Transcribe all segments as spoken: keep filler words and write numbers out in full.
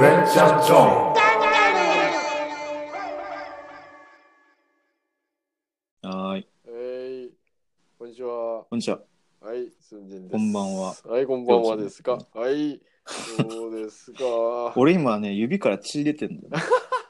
レンチャンゾーン。 はーい。 えーい、こんにちは。 こんにちは。 はい、すんじんです。 こんばんは。 はい、こんばんはですか。はい、そうですか。 俺今ね、指から血出てんだよ、ね。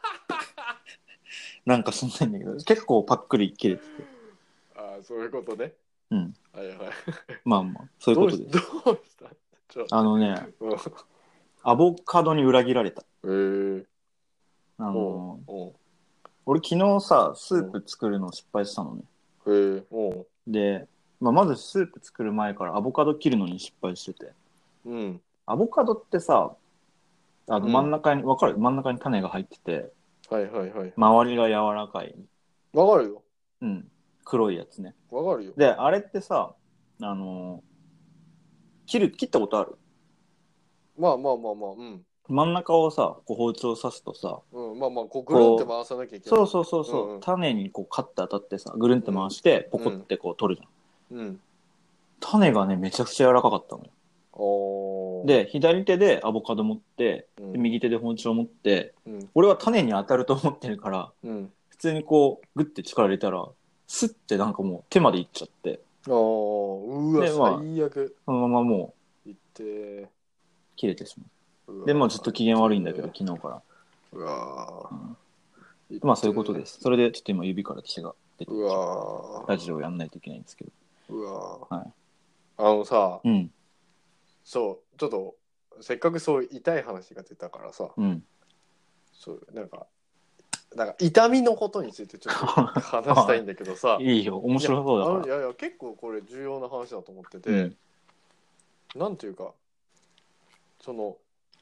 なんかそんなんだけど、結構パックリ切れてて。 ああ、そういうことね。 うん。 はいはい。 まあまあ、そういうことです。 どうし、どうしたちょあのね、 うんアボカドに裏切られた。 えー、 あのー、 おう俺昨日さ、スープ作るの失敗したのね。 おうえー、おうで、まあ、まずスープ作る前からアボカド切るのに失敗してて。 うん。 アボカドってさ、あのうん真ん中に、わかる？真ん中に種が入ってて、 はいはいはい。 周りが柔らかい。 わかるよ。 うん。黒いやつね。 わかるよ。 で、あれってさ、あのー、切る、切ったことある？ まあまあまあまあ、うん。 真ん中をさ、こう包丁刺すとさ、 うん、まあまあ、こうぐるんって回さなきゃいけない。 そうそうそうそう、 うんうん種にこうカッて当たってさ、ぐるんって回して、 うんポコってこう取るじゃん。 うん。 種がね、めちゃくちゃ柔らかかったのよ。 おー。 で、左手でアボカド持って、 うんで右手で包丁持って、 うん。 俺は種に当たると思ってるから、 うん。 普通にこう、グッて力入れたら、スッてなんかもう手までいっちゃって、 おー、うわ、 でまあ最悪。 そのままもいってう切れてしまうわう。で、もうずっと機嫌悪いんだけど、昨日から。 うわー、 まあそういうことです。それでちょっと今指から血が出て、 うわラジオやんないといけないんですけど。 ーうわー、 はい。 あのさ、 うん。 そうちょっとせっかくそう痛い話が出たからさ、 うん。 そうなんかなんか痛みのことについてちょっと話したいんだけどさいいよ、面白そうだから。 いや、いやいや結構これ重要な話だと思ってて、 うん、 なんていうかその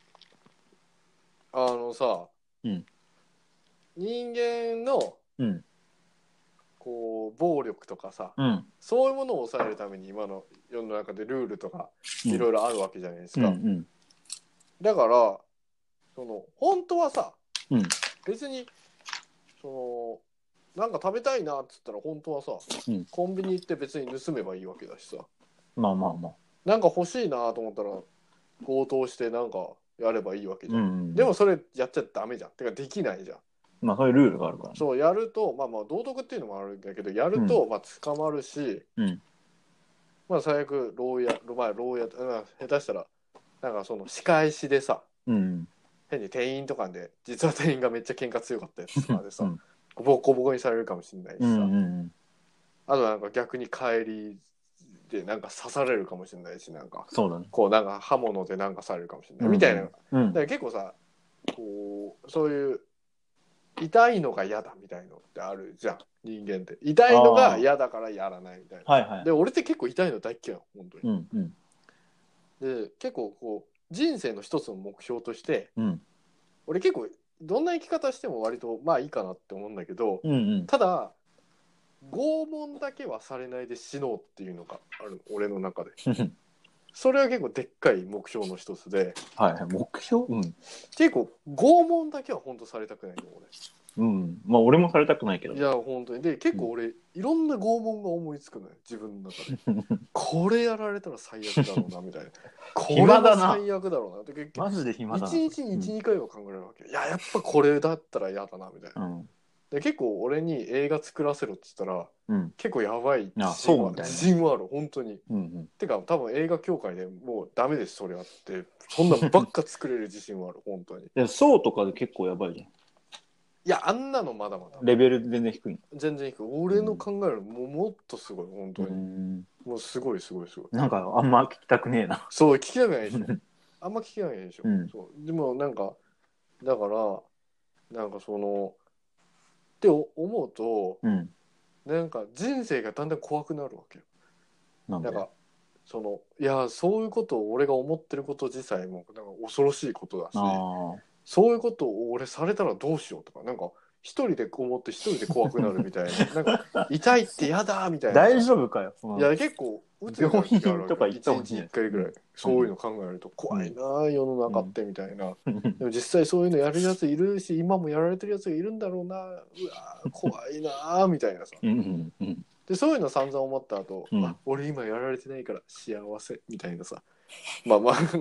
あのさ、 うん、 人間のうん、 こう暴力とかさ、 うん、 そういうものを抑えるために今の世の中でルールとかうんいろいろあるわけじゃないですうん、 か、 うん、 だからその本当はさ、 うん、 別にそのなんか食べたいなっつったら本当はさ、 うん、 コンビニ行って別に盗めばいいわけだしさ、 まあまあまあ。 なんか欲しいなと思ったら強盗してなんかやればいいわけじゃん、 うん、うん、 でもそれやっちゃダメじゃん、てかできないじゃん。 まあそういうルールがあるからね。 そうやるとまあまあ道徳っていうのもあるんだけど、やると、 うん、 まあ捕まるし、 うん、 まあ最悪牢屋、まあ牢屋、うん、下手したらなんかその仕返しでさ、 うん、 変に店員とかで実は店員がめっちゃ喧嘩強かったやつとかでさ、 うん、 ボコボコにされるかもしれないしさ、 うん、うん、 あとなんか逆に帰りでなんか刺されるかもしれないし、なんかそうだね。 こうなんか刃物でなんかされるかもしれない、 うん、 みたいな、 うん、 だから結構さこうそういう痛いのが嫌だみたいのってあるじゃん、人間って痛いのが嫌だからやらないみたいな。 はいはい。 で俺って結構痛いの大っ嫌い本当に、 うん、うん、 で結構こう人生の一つの目標としてうん、 俺結構どんな生き方しても割とまあいいかなって思うんだけど、 うん、うん。 ただ拷問だけはされないで死のうっていうのがある俺の中でそれは結構でっかい目標の一つで、 はいはい、目標？うん。 結構拷問だけは本当されたくないの俺。 うん。まあ俺もされたくないけど。 いや本当にで結構俺、うん、いろんな拷問が思いつくのよ自分の中でこれやられたら最悪だろうなみたいなこれは最悪だろうなって結局マジで暇だな。 いちにちにいち、にかいは考えるわけ、いややっぱこれだったら嫌だなみたいな、うん、で結構俺に映画作らせろって言ったら、うん、結構やばい自信は、自信はある本当に、うんうん、てか多分映画協会でもうダメですそれはってそんなばっか作れる自信はある本当に。いやそうとかで結構やばいじゃん。 いやあんなのまだまだレベル全然低い。 全然低い。俺の考えるもうもっとすごい本当に、うん、もうすごいすごいすごい。 なんかあんま聞きたくねえな。 そう聞きたくないでしょあんま聞きたくないでしょ、うん、そうでもなんかだからなんかそのって思うと、うん、なんか人生がだんだん怖くなるわけよ。なんで？なんかそのいやそういうことを俺が思ってること自体もなんか恐ろしいことだし、そういうことを俺されたらどうしようとかなんか一人で思って一人で怖くなるみたいななんか痛いってやだみたいな。 大丈夫かよ。 いや結構うつ病院とか行ったほしい。 いちにちいっかいぐらい、うん、そういうの考えると怖いな、うん、世の中ってみたいな、うん、でも実際そういうのやるやついるし今もやられてるやつがいるんだろうな、うわ怖いなみたいなさでそういうの散々思った後、うん、あ俺今やられてないから幸せみたいなさまあまあなんか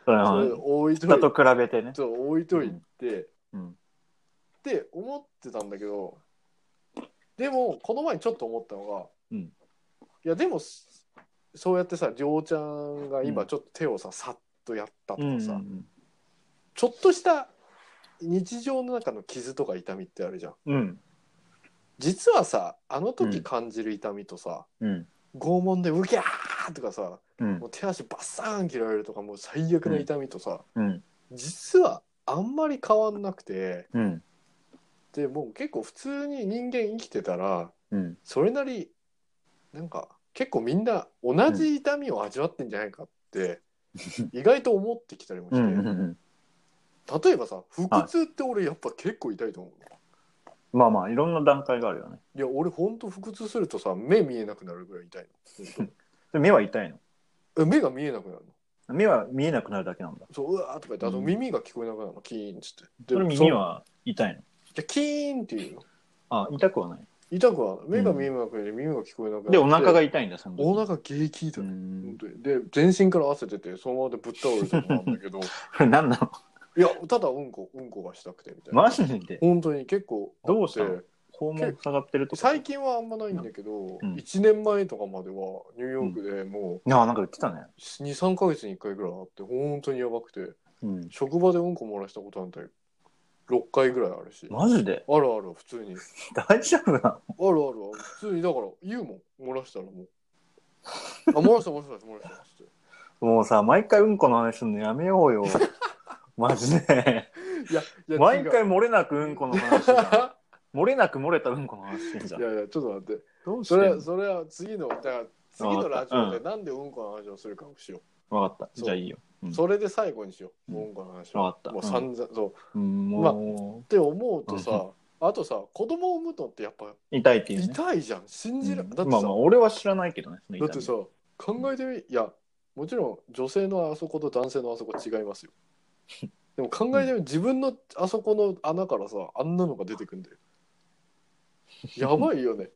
それ置いといて人と比べてねそう置いといて、 うんうん、 って思ってたんだけど、でもこの前にちょっと思ったのが、うん、いやでもそうやってさりょうちゃんが今ちょっと手をささっとやったとかさ、うんうんうん、ちょっとした日常の中の傷とか痛みってあるじゃん、うん、実はさあの時感じる痛みとさ、うん、拷問でウギャーとかさ、うん、もう手足バッサーン切られるとかもう最悪な痛みとさ、うん、実はあんまり変わんなくて、うん、でもう結構普通に人間生きてたら、うん、それなりなんか結構みんな同じ痛みを味わってんじゃないかって意外と思ってきたりもして、うんうんうん、例えばさ腹痛って俺やっぱ結構痛いと思う、はい、 まあまあいろんな段階があるよね。 いや俺ほんと腹痛するとさ目見えなくなるぐらい痛いの目は痛いの？ え目が見えなくなるの？目は見えなくなるだけなんだ。 そううわーとか言って、あと耳が聞こえなくなるの、キーンっつって。 それ耳は痛いの？ じゃキーンっていうの。 あ、痛くはない。 痛くは目が見えなくなる、耳が聞こえなくなる。 でお腹が痛いんだその時。 お腹激痛い。本当に。で全身から汗出てそのままでぶっ倒れてたんだけど。 何なの？ いやただうんこうんこがしたくてみたいな。マジで？ 本当に結構どうしたの？肛門塞がってるとか。 最近はあんまないんだけど、うん、いちねんまえとかまではニューヨークでもう、 うん、あなんか言ってたね。 にさんかげつにいっかいぐらいあって本当にやばくて、うん、職場でうんこ漏らしたことなんてろっかいぐらいあるし。 マジで？ あるある普通に。 大丈夫なの？あるある普通に。だから言うもん漏らしたらもうあ漏らした漏らした漏らしたってもうさ毎回うんこの話するのやめようよマジで。いやいや毎回漏れなくうんこの話じゃん漏れなく漏れたうんこの話してんじゃん。 いやいやちょっと待って。どうしてんの？それそれは次のだから次のラジオでなんでうんこの話をするかをしよう。分かった。じゃあいいよ。 うん、それで最後にしよう。うんこの話は。 分かった。 もう散々、うん、そう。まあって思うとさ、うん、あとさ子供を産むのってやっぱ痛いっていう、ね、 痛いじゃん。信じら、うん、だってさ、 まあまあ俺は知らないけどね。 だってさ考えてみ、いやもちろん女性のあそこと男性のあそこ違いますよ。でも考えてみ、うん、自分のあそこの穴からさあんなのが出てくんだよ。やばいよね。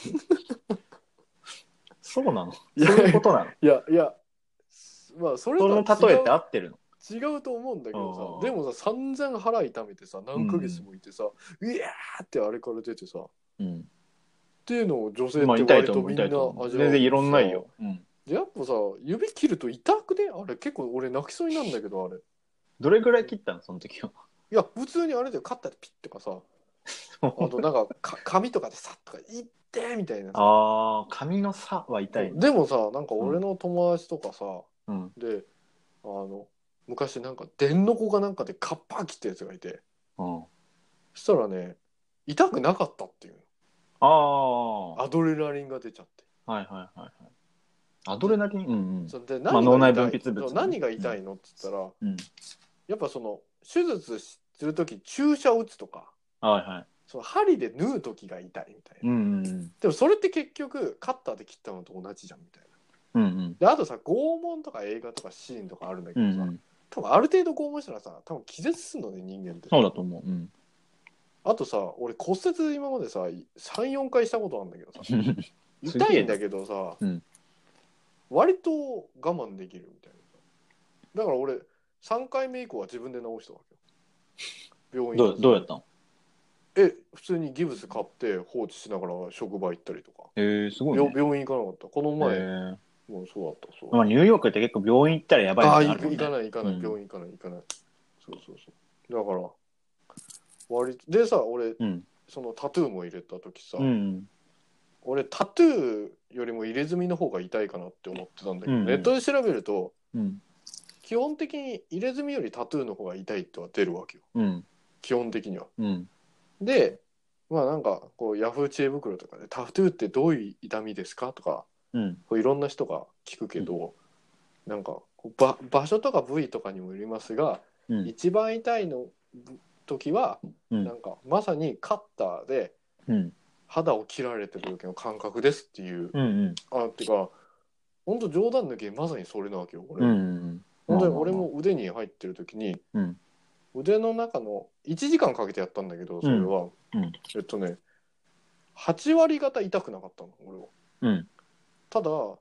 そうなの？そういうことなの？ いやいやまあそれとはその例えって合ってるの？ 違うと思うんだけどさ、でもさ散々腹痛めてさ何ヶ月もいてさ、うん、うわーってあれから出てさ、うん、っていうのを女性って割とみんな味わう。 全然いろんないよ、うん、 やっぱさ指切ると痛くね？あれ結構俺泣きそうになるんだけどあれどれぐらい切ったのその時は？ いや普通にあれでカッターでピッとかさあとなんかか髪とかでさっとかいってみたいなさ。 ああ髪の差は痛い、 ね、でもさなんか俺の友達とかさ、うん、であの昔なんか電の子かなんかでカッパー切ったやつがいて、うん、そしたらね痛くなかったっていう。ああアドレナリンが出ちゃって。 はいはいはいはい。アドレナリン、うんうん、 それで何が、まあ、脳内分泌物、ね、何が痛いのって言ったら、うん、やっぱその手術するとき注射を打つとか、はいはい、その針で縫うときが痛いみたいな、うんうんうん、でもそれって結局カッターで切ったのと同じじゃんみたいな、うんうん、であとさ拷問とか映画とかシーンとかあるんだけどさ、うんうん、多分ある程度拷問したらさ多分気絶するのね人間って。 そうだと思う、うん、 あとさ俺骨折今までさ さん,よん 回したことあるんだけどさ痛いんだけどさ、うん、割と我慢できるみたいな。だから俺さんかいめ以降は自分で治したわけよ。病院どう、どうやったの？ え普通にギブス買って放置しながら職場行ったりとか。 へえすごい、ね、 病院行かなかった。この前もうそうだったそう。 まあニューヨークって結構病院行ったらやばいのあるもんね。あ行かない行かない、うん、病院行かない行かない。そうそうそう。だから割とでさ俺、うん、そのタトゥーも入れた時さ、うん、俺タトゥーよりも入れ墨の方が痛いかなって思ってたんだけど、うんうん、ネットで調べると、うん、基本的に入れ墨よりタトゥーの方が痛いとは出るわけよ、うん、基本的には、うん、でまあなんかこうヤフー知恵袋とかでタトゥーってどういう痛みですかとか、うん、こういろんな人が聞くけど、うん、なんかば場所とか部位とかにもよりますが、うん、一番痛いの時は、うん、なんかまさにカッターで肌を切られてる時の感覚ですっていう、うんうん、あってか本当冗談抜きまさにそれなわけよこれ、うんうん、本当に俺も腕に入ってる時に、うん、腕の中のいちじかんかけてやったんだけどそれは、うんうん、えっとねはち割方痛くなかったの俺は、うん、ただ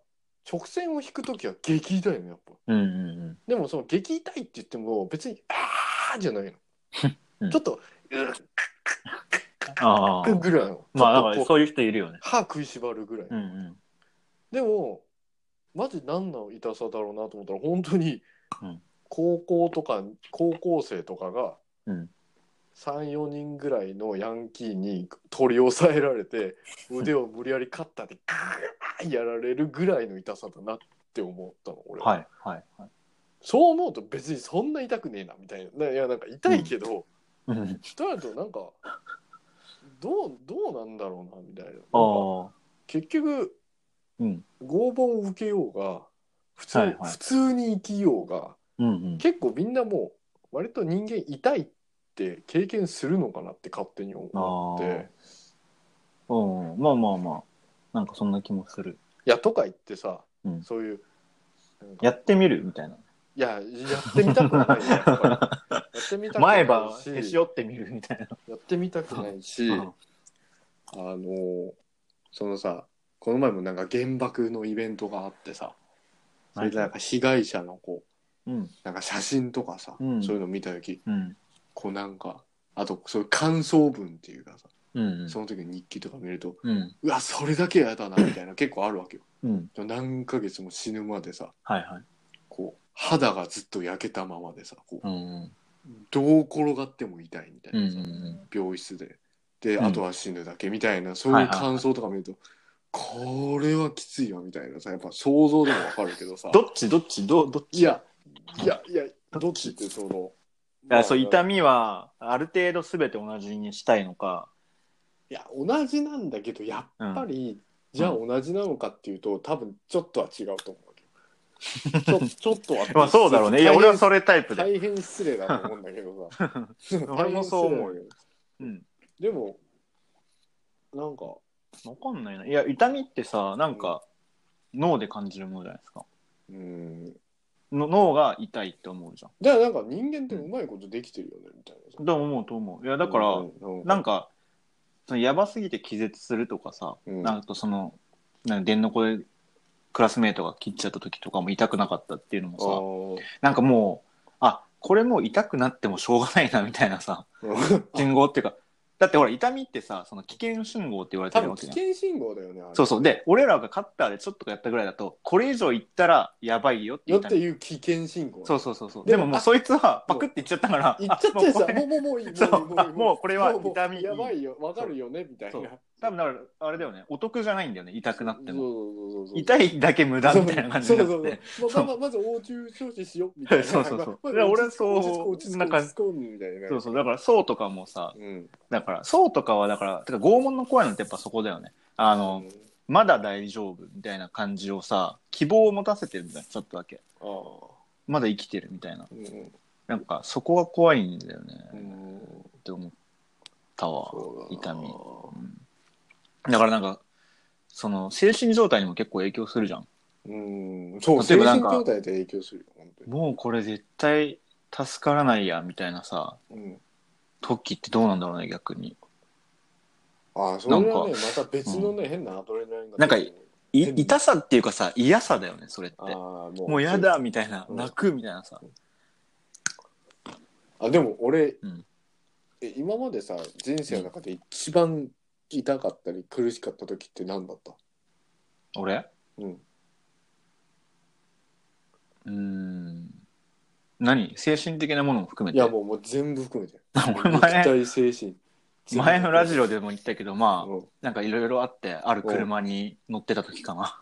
直線を引くときは激痛いのやっぱ、 うんうんうん、 でもその激痛いって言っても別にあーじゃないの、うん、ちょっとうっあぐらいの、 まあなんかそういう人いるよね。 歯食いしばるぐらいの、うんうん、でもマジ何の痛さだろうなと思ったら本当に高校とか高校生とかがさん、よにんぐらいのヤンキーに取り押さえられて腕を無理やりカッターでガーッやられるぐらいの痛さだなって思ったの俺は、 はいはいはい、 そう思うと別にそんな痛くねえなみたいな、いやなんか痛いけど、うん、となるとなんかどうどうなんだろうなみたいな、なんか結局、うん、拷問を受けようが普通、はいはい、普通に生きようが、うんうん、結構みんなもう割と人間痛いって経験するのかなって勝手に思って、 うん、まあまあまあなんかそんな気もする。 いやとか言ってさ、うん、そういうやってみるみたいな。 いややってみたくはないよやっぱり。やってみたくないし、前歯へし折ってみるみたいな。 やってみたくないし、あのそのさこの前もなんか原爆のイベントがあってさ、それでなんか被害者のこう、うん、なんか写真とかさ、うん、そういうの見た時、うん、こうなんかあとそういう感想文っていうかさ、うんうん、その時の日記とか見ると、うん、うわそれだけやだなみたいな結構あるわけよ、うん、何ヶ月も死ぬまでさ、はいはい、こう肌がずっと焼けたままでさこう、うんうん、どう転がっても痛いみたいなさ、うんうんうん、病室でで、うん、あとは死ぬだけみたいなそういう感想とか見ると、はいはいはい、これはきついわみたいなさ、やっぱ想像でもわかるけどさどっちどっちどどっち、 いやいやいやどっちってその、 まあ、そう痛みはある程度全て同じにしたいのか。 いや同じなんだけどやっぱり、うん、じゃあ同じなのかっていうと、うん、多分ちょっとは違うと思うわけちょちょっとはまあそうだろうね。いや俺はそれタイプで大変失礼だと思うんだけどさ俺もそう思うよ、 うん、でもなんかわかんないな。いや痛みってさなんか、うん、脳で感じるものじゃないですか。うんの脳が痛いって思うじゃん。 だからなんか人間ってうまいことできてるよね、うん、みたいなさ。 と思うと思う。いやだから、うんうん、なんかそのやばすぎて気絶するとかさ、うん、なんかそのなんか電の子でクラスメートが切っちゃった時とかも痛くなかったっていうのもさ、なんかもうあこれもう痛くなってもしょうがないなみたいなさ信号っていうか。だってほら痛みってさその危険信号って言われてるわけじゃん。 危険信号だよねあれ。 そうそうで俺らがカッターでちょっとかやったぐらいだとこれ以上いったらやばいよって言っていう危険信号。 そうそうそうそう。でももうそいつはパクっていっちゃったからいっちゃってさもうもうもういいもうこれは痛みやばいよわかるよねみたいな。 多分だからあれだよねお得じゃないんだよね痛くなっても。痛いだけ無駄みたいな感じになって。 そうそうそう。まず応急処置しようみたいな。 そうそうそう。俺そうなんかそうそうだからそうとかもさだからそうとかはだからてか拷問の怖いのってやっぱそこだよね。あの、うん、まだ大丈夫みたいな感じをさ希望を持たせてるんだよちょっとだけ。あまだ生きてるみたいな、うん、なんかそこが怖いんだよね、うん、って思ったわ痛み、うん、だからなんかその精神状態にも結構影響するじゃん。 うんそう精神状態で影響するよ本当に。 もうこれ絶対助からないやみたいなさ、うん、時ってどうなんだろうね逆に。 ああそれはねまた別のね、うん、変なアドレナリンがなんかい痛さっていうかさ嫌さだよねそれって。あもうもうやだみたいな、うん、泣くみたいなさ、 あでも俺、うん、え今までさ人生の中で一番痛かったり苦しかった時って何だった？ 俺？うんうーん何精神的なものも含めて。 いやもうもう全部含めて肉体精神前のラジオでも言ったけどまあ、うん、なんかいろいろあってある車に乗ってた時かな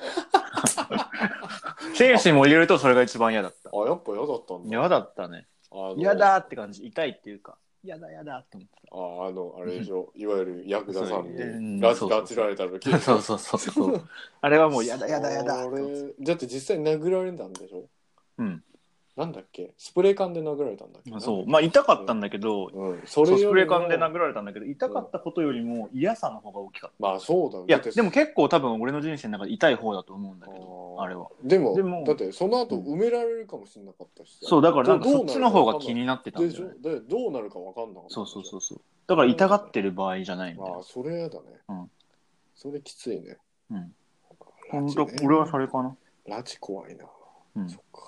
精神も入れるとそれが一番嫌だった。 あやっぱ嫌だったんだ。 嫌だったね。嫌だって感じ。痛いっていうか嫌だ嫌だって思ってた。 ああのあれでしょいわゆるヤクザさんに拉致られた時そうそうそうそうあれはもう嫌だ嫌だ嫌だ。 あれだって実際殴られたんでしょ。うんなんだっけスプレー缶で殴られたんだっけ。 そうまあ痛かったんだけど、うんうん、それそうスプレー缶で殴られたんだけど痛かったことよりも嫌さの方が大きかった。 まあそうだね。 いやでも結構多分俺の人生の中で痛い方だと思うんだけど あ, あれはでもでもだってその後埋められるかもしれなかったし、 うん、そうだからなんかそっちの方が気になってたんだよね。 でどうなるか分かんなかった。 そうそうそうそうだから痛がってる場合じゃないんだよ。 ああそれやだね、うん、それきついね。うん本当、俺はそれかな。 拉致怖いな。 うん、 そっか。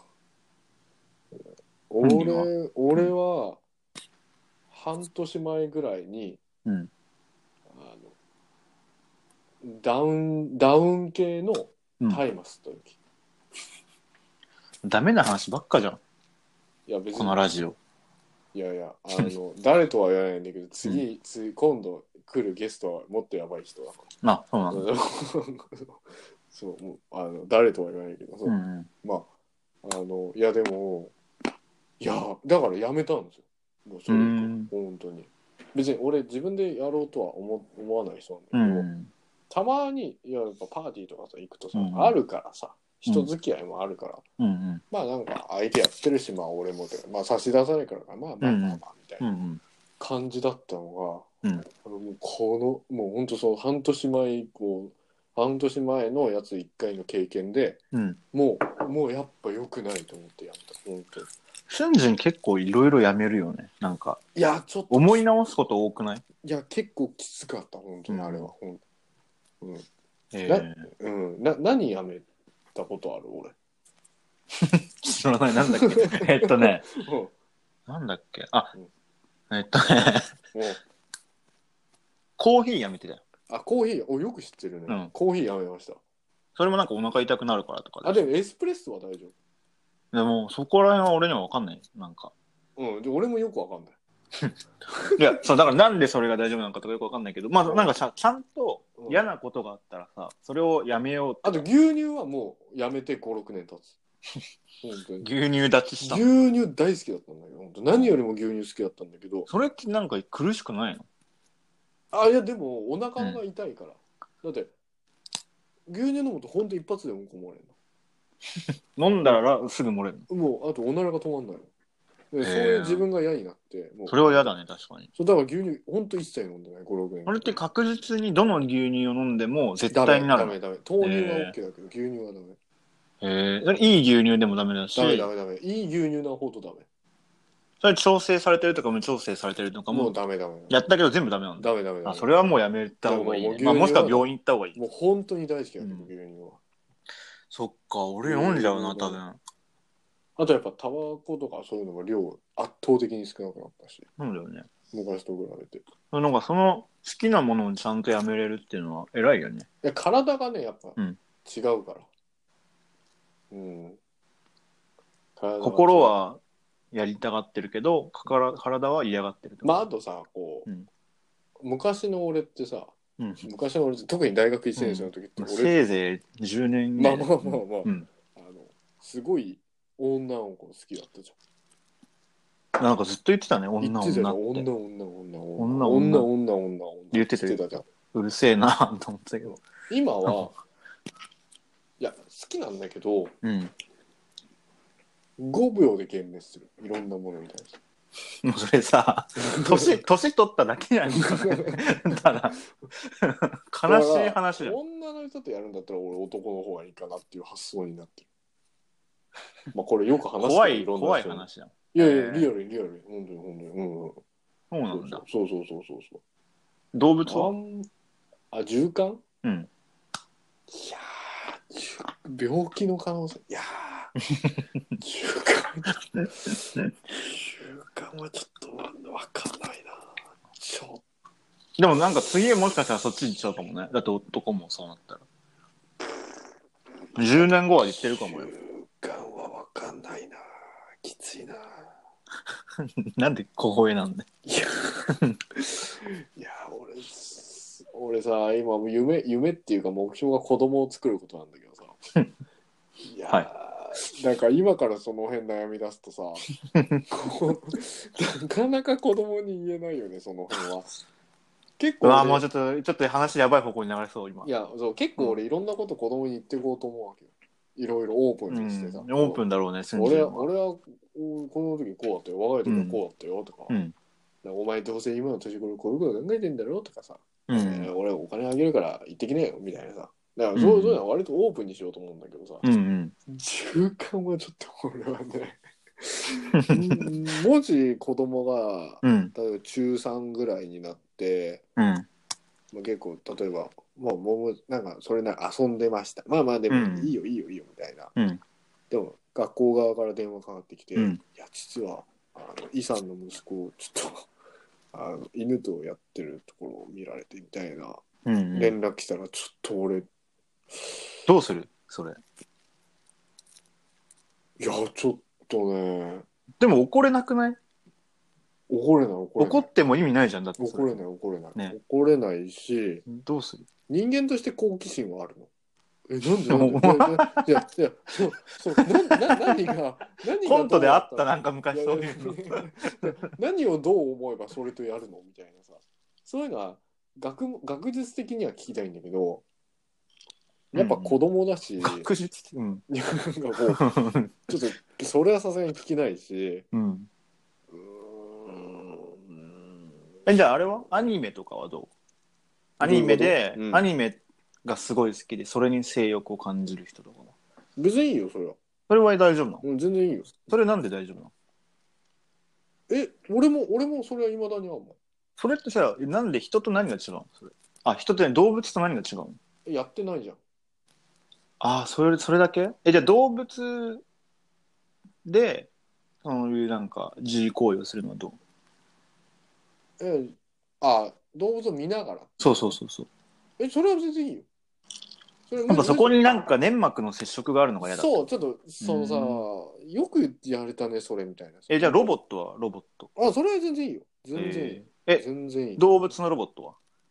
俺、俺は、半年前ぐらいに、 うん、 あのダウン、ダウン系のタイマスというき、 うん、ダメな話ばっかじゃん。 いや別にこのラジオ。 いやいや、あの、誰とは言わないんだけど、次、うん、次、今度来るゲストはもっとやばい人だから。 あ、そうなんだ。 そう、もう、あの、誰とは言わないけど、そう、うんうん、まあ、あの、いやでも、いや、だからやめたんですよ。もうそれ以降、本当に。別に俺自分でやろうとは思思わない人なんだけど、うん、たまに、いや、やっぱパーティーとかさ、行くとさ、うん、あるからさ、人付き合いもあるから、うんうん、まあなんか相手やってるし、まあ俺もまあ差し出さないからまあまあまあまあみたいな感じだったのが、うん、あのもうこのもう本当その半年前以降半年前のやついっかいの経験で、うん、もうもうやっぱ良くないと思ってやめた。本当に瞬時結構いろいろやめるよね。なんかいやちょっと思い直すこと多くない？ いや結構きつかった本当にあれは、うん、うん、 えー、 なうん、な何やめたことある俺知らない。なんだっけえっとね、うん、なんだっけあ、うん、えっとねコーヒーやめてたよ。 あ、コーヒー、お、よく知ってるね、うん、コーヒーやめました。 それもなんかお腹痛くなるからとかで。あ、でもエスプレッソは大丈夫。でもそこら辺は俺には分かんない。なんかうん、で俺もよく分かんないいや、そうだからなんでそれが大丈夫なのかとかよく分かんないけど、まあなんかちゃちゃんと嫌なことがあったらさ、それをやめようって。 あと牛乳はもうやめてご、ろくねん経つ本当に牛乳立ちした。 牛乳大好きだったんだけど、本当何よりも牛乳好きだったんだけど。 それってなんか苦しくないの？ あ、いやでもお腹が痛いから、うん、だって牛乳飲むと本当一発でうんこ漏れるの飲んだらすぐ漏れるの。もうあとおならが止まんないの。そういう自分が嫌になってもうそれは嫌だね。確かに。 そうだから牛乳ほんと一切飲んでないご、ろくねん。 これって確実にどの牛乳を飲んでも絶対になるの？ ダメダメダメ。豆乳は OK だけど、えー、牛乳はダメ。 へえー、いい牛乳でもダメだし。 ダメダメダメ。いい牛乳なほどダメ。 それ調整されてるとか無調整されてるとかももうダメダメ。 やったけど全部ダメなんだ。 ダメダメダメ。 あ、それはもうやめた方がいい、ね。まあ、もしくは病院行った方がいい。 もう本当に大好きだけど、うん、牛乳は。 そっか、俺飲んじゃうな、多分。 あとやっぱタバコとかそういうのも量圧倒的に少なくなったし。 そうだよね。 昔と比べて。 なんかその好きなものをちゃんとやめれるっていうのは偉いよね。 いや体がねやっぱ違うから。うん。 うん、心はやりたがってるけど、体は嫌がってる。 まああとさこう、うん、昔の俺ってさ、うん、昔の俺特に大学いちねん生の時って俺、うん、 せいぜいじゅうねんまあまあまあまあ、うん、あのすごい女の子好きだったじゃん。なんかずっと言ってたね、女女って。 女女女女女女女女女言ってたじゃん。うるせえなと思ってたけど。 今はいや好きなんだけど、うん、ごびょうで幻滅する。いろんなものに対して。 もうそれさ、年年取っただけやんか。ただ悲しい話だよ。 女の人とやるんだったら俺男の方がいいかなっていう発想になってる。まあこれよく話して怖い怖い話だ。 いやいやリアルリアル本当に本当にうんうん。 そうなんだ。 そうそうそうそうそう。 動物は？ あ、獣感？うん。いやー、病気の可能性。いやー、獣感。獣感はちょっとわかんないな。ちょっと。 でもなんか次もしかしたらそっちに行っちゃうかもね。だって男もそうなったら。じゅうねんごは言ってるかもよ。 獣感はわかんないな。きついな。 なんで小声なんだよ。いや、 いや俺、俺さ、今夢、夢っていうか目標が子供を作ることなんだけどさ。いや、はい、なんか今からその辺悩み出すとさ、なかなか子供に言えないよね、その辺は。結構、ね、 ああ、もうちょっと、ちょっと話やばい方向に流れそう、今。 いや、そう、結構俺いろんなこと子供に言っていこうと思うわけよ。いろいろオープンにしてさ。 うん、オープンだろうね、 俺は、俺は、この時こうだったよ、若い時はこうだったよ、とか。うん、お前どうせ今の年頃こういうこと考えてんだろとかさ。うん、えー、俺お金あげるから行ってきねえよ、みたいなさ。だからそう、うん、そういうのは割とオープンにしようと思うんだけどさ。うんうん。習慣はちょっと俺はね。もし子供が、うん、例えば中さんぐらいになって、うん、 まあ、結構例えばもうもうなんかそれなり遊んでました。まあまあでもいいよいいよいいよみたいな。 うん、 でも学校側から電話かかってきて、 うん、 いや実はあのイさんの息子をちょっとあの犬とやってるところを見られてみたいな連絡来たらちょっと俺、うんうん、 どうするそれ。 いやちょっとね。 でも怒れなくない？ 怒れない怒れない。 怒っても意味ないじゃんだって。 怒れない怒れない、ね、怒れないし、 どうする？ 人間として好奇心はあるの。えなんでなんでいやいやそうそうなな何が何がコントであったなんか昔そういうの何をどう思えばそれとやるのみたいなさ、そういうのは学学術的には聞きたいんだけど、やっぱ子供だし、うん、 学術的、うん、 なんかもうちょっとそれはさすがに聞きないし、うん、うーんえじゃああれはアニメとかはどう？アニメで、うん、アニメがすごい好きでそれに性欲を感じる人とかも別にいいよそれは。 それは大丈夫なの？ うん、全然いいよ。 それなんで大丈夫なの？ え俺も俺もそれは未だにあるもん。 それってさなんで人と何が違うの？それあ人って、ね、動物と何が違うの？ やってないじゃん。 ああそれそれだけ？えじゃあ動物でそういうなんか自慰行為をするのはどう？えあ動物を見ながら。 そうそうそうそう。 えそれは全然いいよ。 それやっぱそこになんか粘膜の接触があるのが嫌だ。 そうちょっとそのさよくやれたねそれみたいな。 えじゃあロボットはロボット？ あそれは全然いいよ全然いい。 えー、 全然いい。 動物のロボットは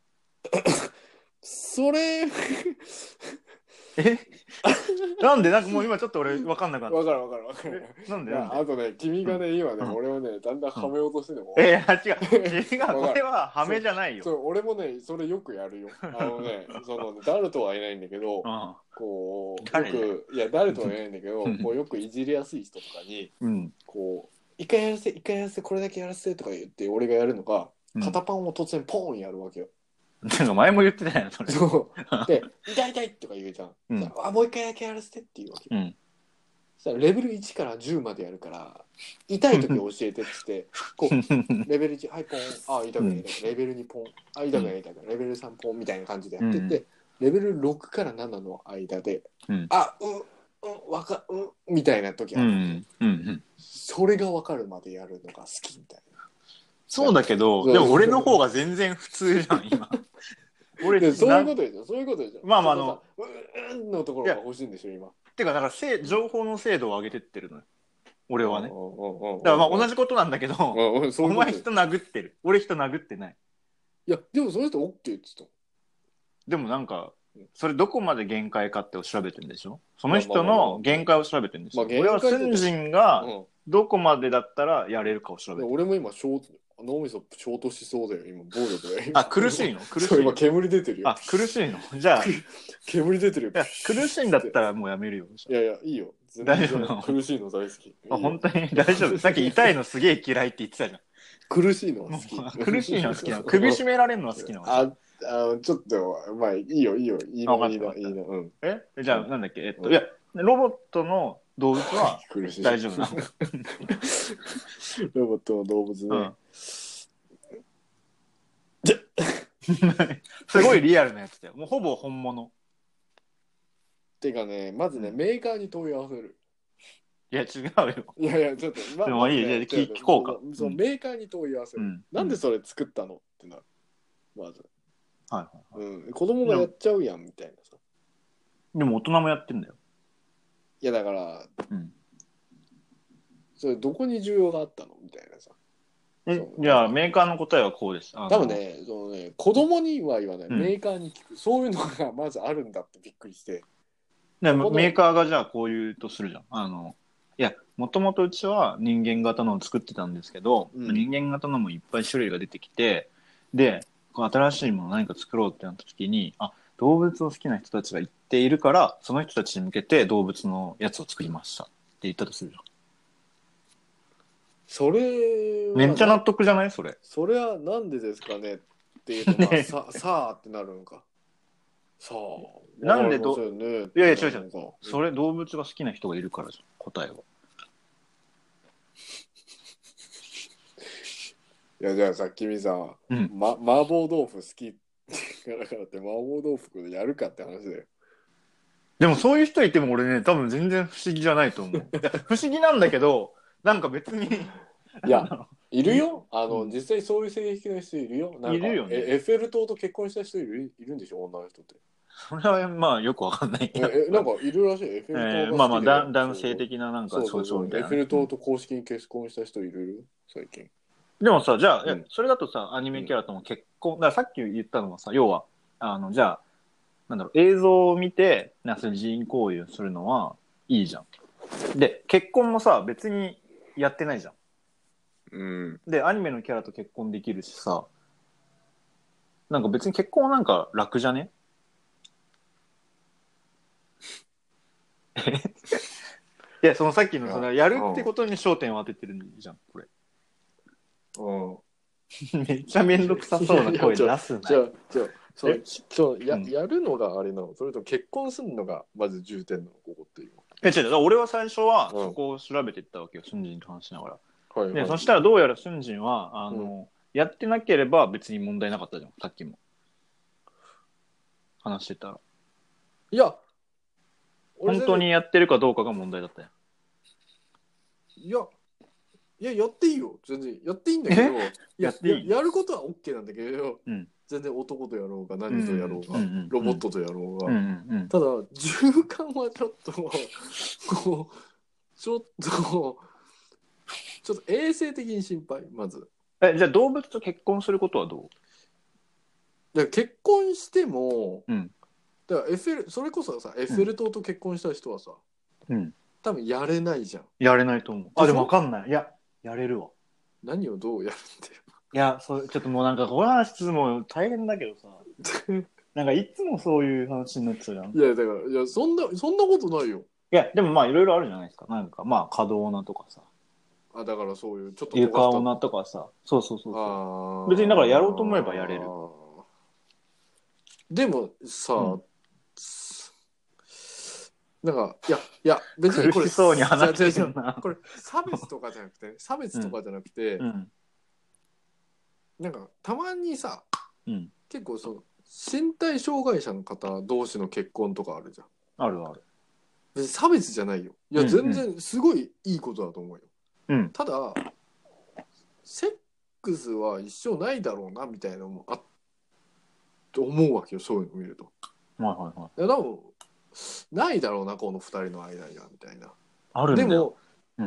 それえなんでなんかもう今ちょっと俺分かんなかった。 分かる分かる分かる。なんでなんであとね君がね、うん、今ね、うん、俺をねだんだんはめようとしてるのも、 うん、えー、違う違うこれははめじゃないよ。 そう俺もねそれよくやるよ。あのねその誰とはいないんだけど、うん、こうよくいや誰とはいないんだけどこうよくいじりやすい人とかに、うん、こう一回やらせ一回やらせこれだけやらせとか言って俺がやるのか、うん、片パンを突然ポーンやるわけよ。 なんか前も言ってたよそれ。 そうで痛い痛いとか言うじゃん、うん、あもう一回だけやらせてって言うわけよ、うん、そしたらレベルいちからじゅうまでやるから痛い時教えてっつってこうレベルいちはいポンあ痛くない痛くないレベルにポンあ痛くない痛くないレベルさんポンみたいな感じでやってって、うん、レベルろくからななの間で、うん、あうんうんわかうんみたいな時ある、うんうんうん、それが分かるまでやるのが好きみたいな。 そうだけどでも俺の方が全然普通じゃん今。 俺そういうことでしょそういうことでしょ。 まあまああのうんのところが欲しいんでしょ今。 てかだからせ情報の精度を上げてってるのよ俺はね。だからまあ同じことなんだけどお前人殴ってる俺人殴ってない。 いやでもその人 OK って言ってた。 でもなんかそれどこまで限界かって調べてるんでしょ。その人の限界を調べてるんですよ。俺は寸人がどこまでだったらやれるかを調べてる。 俺も今ショート脳みそショートしそうだよ今暴力だよ。 あ苦しいの苦しいの今煙出てるよ。 あ苦しいのじゃあ煙出てるよ。 いや苦しいんだったらもうやめるよ。 いやいやいいよ大丈夫。 苦しいの大好き。 あ本当に大丈夫。さっき痛いのすげえ嫌いって言ってたじゃん。 苦しいのは好き。 苦しいのは好きなの。首絞められるのは好きなの。 ああちょっとまあいいよいいよいいのいいのいいのうん。 えじゃあなんだっけえっといやロボットの動物は大丈夫なの。 ロボットの動物ね。 すごいリアルなやつだよ。もうほぼ本物。 てかねまずね、うん、メーカーに問い合わせる。 いや違うよ。 いやいやちょっと、 ま、でもいい、ね、聞, 聞こうか。 そのメーカーに問い合わせる、うん、なんでそれ作ったのってなるまず、はいはいはいうん、子供がやっちゃうやんみたいなさ。 でも大人もやってんだよ。 いやだから、うん、それどこに需要があったのみたいなさ。 えじゃあメーカーの答えはこうです。 多分ねそのね子供には言わない、うん、メーカーに聞くそういうのがまずあるんだってびっくりして。 メーカーがじゃあこう言うとするじゃん。あのいやもともとうちは人間型のを作ってたんですけど、うん、人間型のもいっぱい種類が出てきてで新しいもの何か作ろうってなった時にあ動物を好きな人たちが言っているからその人たちに向けて動物のやつを作りましたって言ったとするじゃん。 それめっちゃ納得じゃないそれ。 それはなんでですかねっていうと、まあね、さ, さあってなるのかさあなんでど、ね、いやいや違う違うそれ動物が好きな人がいるからじゃん答えは。 いやじゃあさ君さ、うんま、麻婆豆腐好きがだからって麻婆豆腐でやるかって話だよ。 でもそういう人いても俺ね、多分全然不思議じゃないと思う。不思議なんだけど、なんか別に。 いや、いるよ。あの、うん、実際そういう性癖の人いるよ。なんかいるよね。エッフェル塔と結婚した人いるいるんでしょ、女の人って。 それはまあよくわかんないけど。 え、なんかいるらしい。エッフェル塔が好きで、えー、 まあまあだ男性的ななんかそうそうみたいな、ね。エッフェル塔と公式に結婚した人いる最近。 でもさ、じゃあ、うん、それだとさ、アニメキャラとも結婚、うん、だからさっき言ったのはさ、要は、あの、じゃあ、なんだろう、映像を見て、なそういう人行為をするのはいいじゃん。で、結婚もさ、別にやってないじゃん。 うん。 で、アニメのキャラと結婚できるしさ、なんか別に結婚はなんか楽じゃねいや、そのさっきのそのやるってことに焦点を当ててるじゃん、これ。 うん。 めっちゃめんどくさそうな声出すな。 じゃあ、じゃあ、そうそうや、うん、やるのがあれなの？それと結婚するのがまず重点なの、ここっていう。 え、違う、俺は最初はそこを調べていったわけよ、スンジンと話しながら。はいはい、で、そしたらどうやらスンジンは、あの、うん、やってなければ別に問題なかったじゃん、さっきも。話してたら。 いや、 本当にやってるかどうかが問題だったよ。 いや、いや、やっていいよ。全然。やっていいんだけど、いや、や、やることは OK なんだけど、うん、全然男とやろうが、何とやろうが、うんうんうん、ロボットとやろうが。うんうんうん、ただ、循環はちょっと、こう、ちょっと、ちょっと衛生的に心配、まず。 え、じゃあ動物と結婚することはどう？ だから結婚しても、 うん、 だからエッフェル、それこそさ、エッフェル塔と結婚した人はさ、 うん、 多分やれないじゃん。 やれないと思う。あ、でも分かんない。いや、やれるわ。 何をどうやるんだよ。 いや、それちょっともうなんかこの話も大変だけどさ。なんかいつもそういう話になっちゃうじゃん。 いや、だから、いや、そんな、そんなことないよ。 いや、でもまあいろいろあるじゃないですか。なんかまあ可動なとかさ。 あ、だからそういうちょっと床女とかさ。そうそうそうそう。別にだからやろうと思えばやれる。 でもさ、うん、なんかいやいや別にこれ苦しそうに話してるな。 これ差別とかじゃなくて差別とかじゃなくて、うん、なんかたまにさ、うん、結構その身体障害者の方同士の結婚とかあるじゃん。 あるある。 別に差別じゃないよ。いや、うんうん、全然すごいいいことだと思うよ。うん、ただセックスは一生ないだろうなみたいなのもあと思うわけよ、そういうの見ると。 はいはいはい。 いや多分ないだろうなこの二人の間にはみたいな。 あるんだよ。 でも、うん、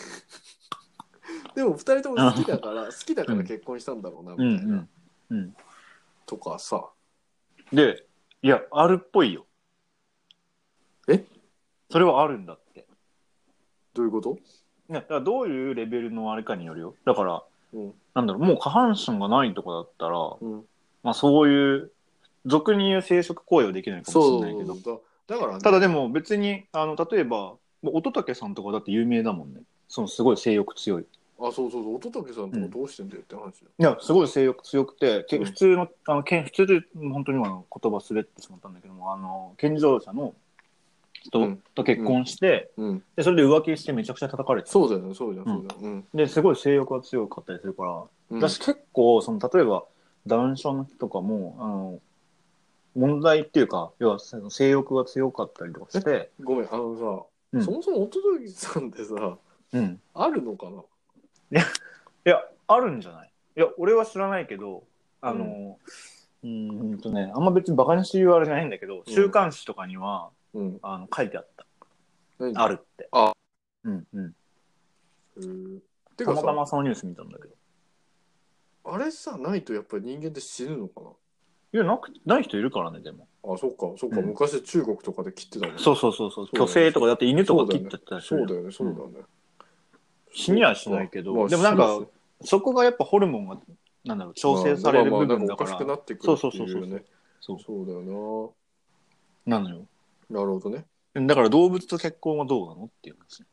でも二人とも好きだから好きだから結婚したんだろうなみたいな、うんうんうん、とかさ。 で、いやあるっぽいよ。 え？ それはあるんだって。 どういうこと？ ね、だからどういうレベルのあれかによるよ。だから、うん、なんだろう、もう下半身がないとかだったら、うん、まあそういう俗に言う生殖行為はできないかもしれないけど。 そうだから、ね、 ただでも別にあの例えば乙武さんとかだって有名だもんね。そのすごい性欲強い。 あ、そうそうそう、乙武さんとかどうしてんだよって話だよ、 うん、いやすごい性欲強くて、うん、普通のあの普通で本当に今の言葉滑ってしまったんだけども、あの健常者の人と結婚して、うんうん、でそれで浮気してめちゃくちゃ叩かれて、 そうだよね、そうだよ、そうだよ、うん、 ですごい性欲が強かったりするから、うん、私結構その例えば男性の人とかもあの問題っていうか、要は性欲が強かったりとかして、 ごめん、あのさ、うん、そもそも乙武さんってさ、うん、あるのかな？いや、いや、あるんじゃない？いや、俺は知らないけど、あの、うん、うんとね、あんま別にバカにして言うあれじゃないんだけど、うん、週刊誌とかには、うん、あの書いてあった。あるって。 あ、 うんうん。 てかたまたまそのニュース見たんだけど。 あれさ、ないとやっぱり人間って死ぬのかな？ いや、なく、ない人いるからね、でも。 あ、そっか、そっか、うん、昔中国とかで切ってたもんね。 そうそうそうそう。虚勢とかだって犬とか切ってたりする。 そうだよね、そうだよね。うん、 死にはしないけど、まあ、でもなんか、そこがやっぱホルモンが、なんだろう、調整される部分だから。 まあ、まあまあおかしくなってくるっていうね。そうそうそうそう。そうそうだよな。なのよ。 なるほどね。 だから動物と結婚はどうなのっていう話。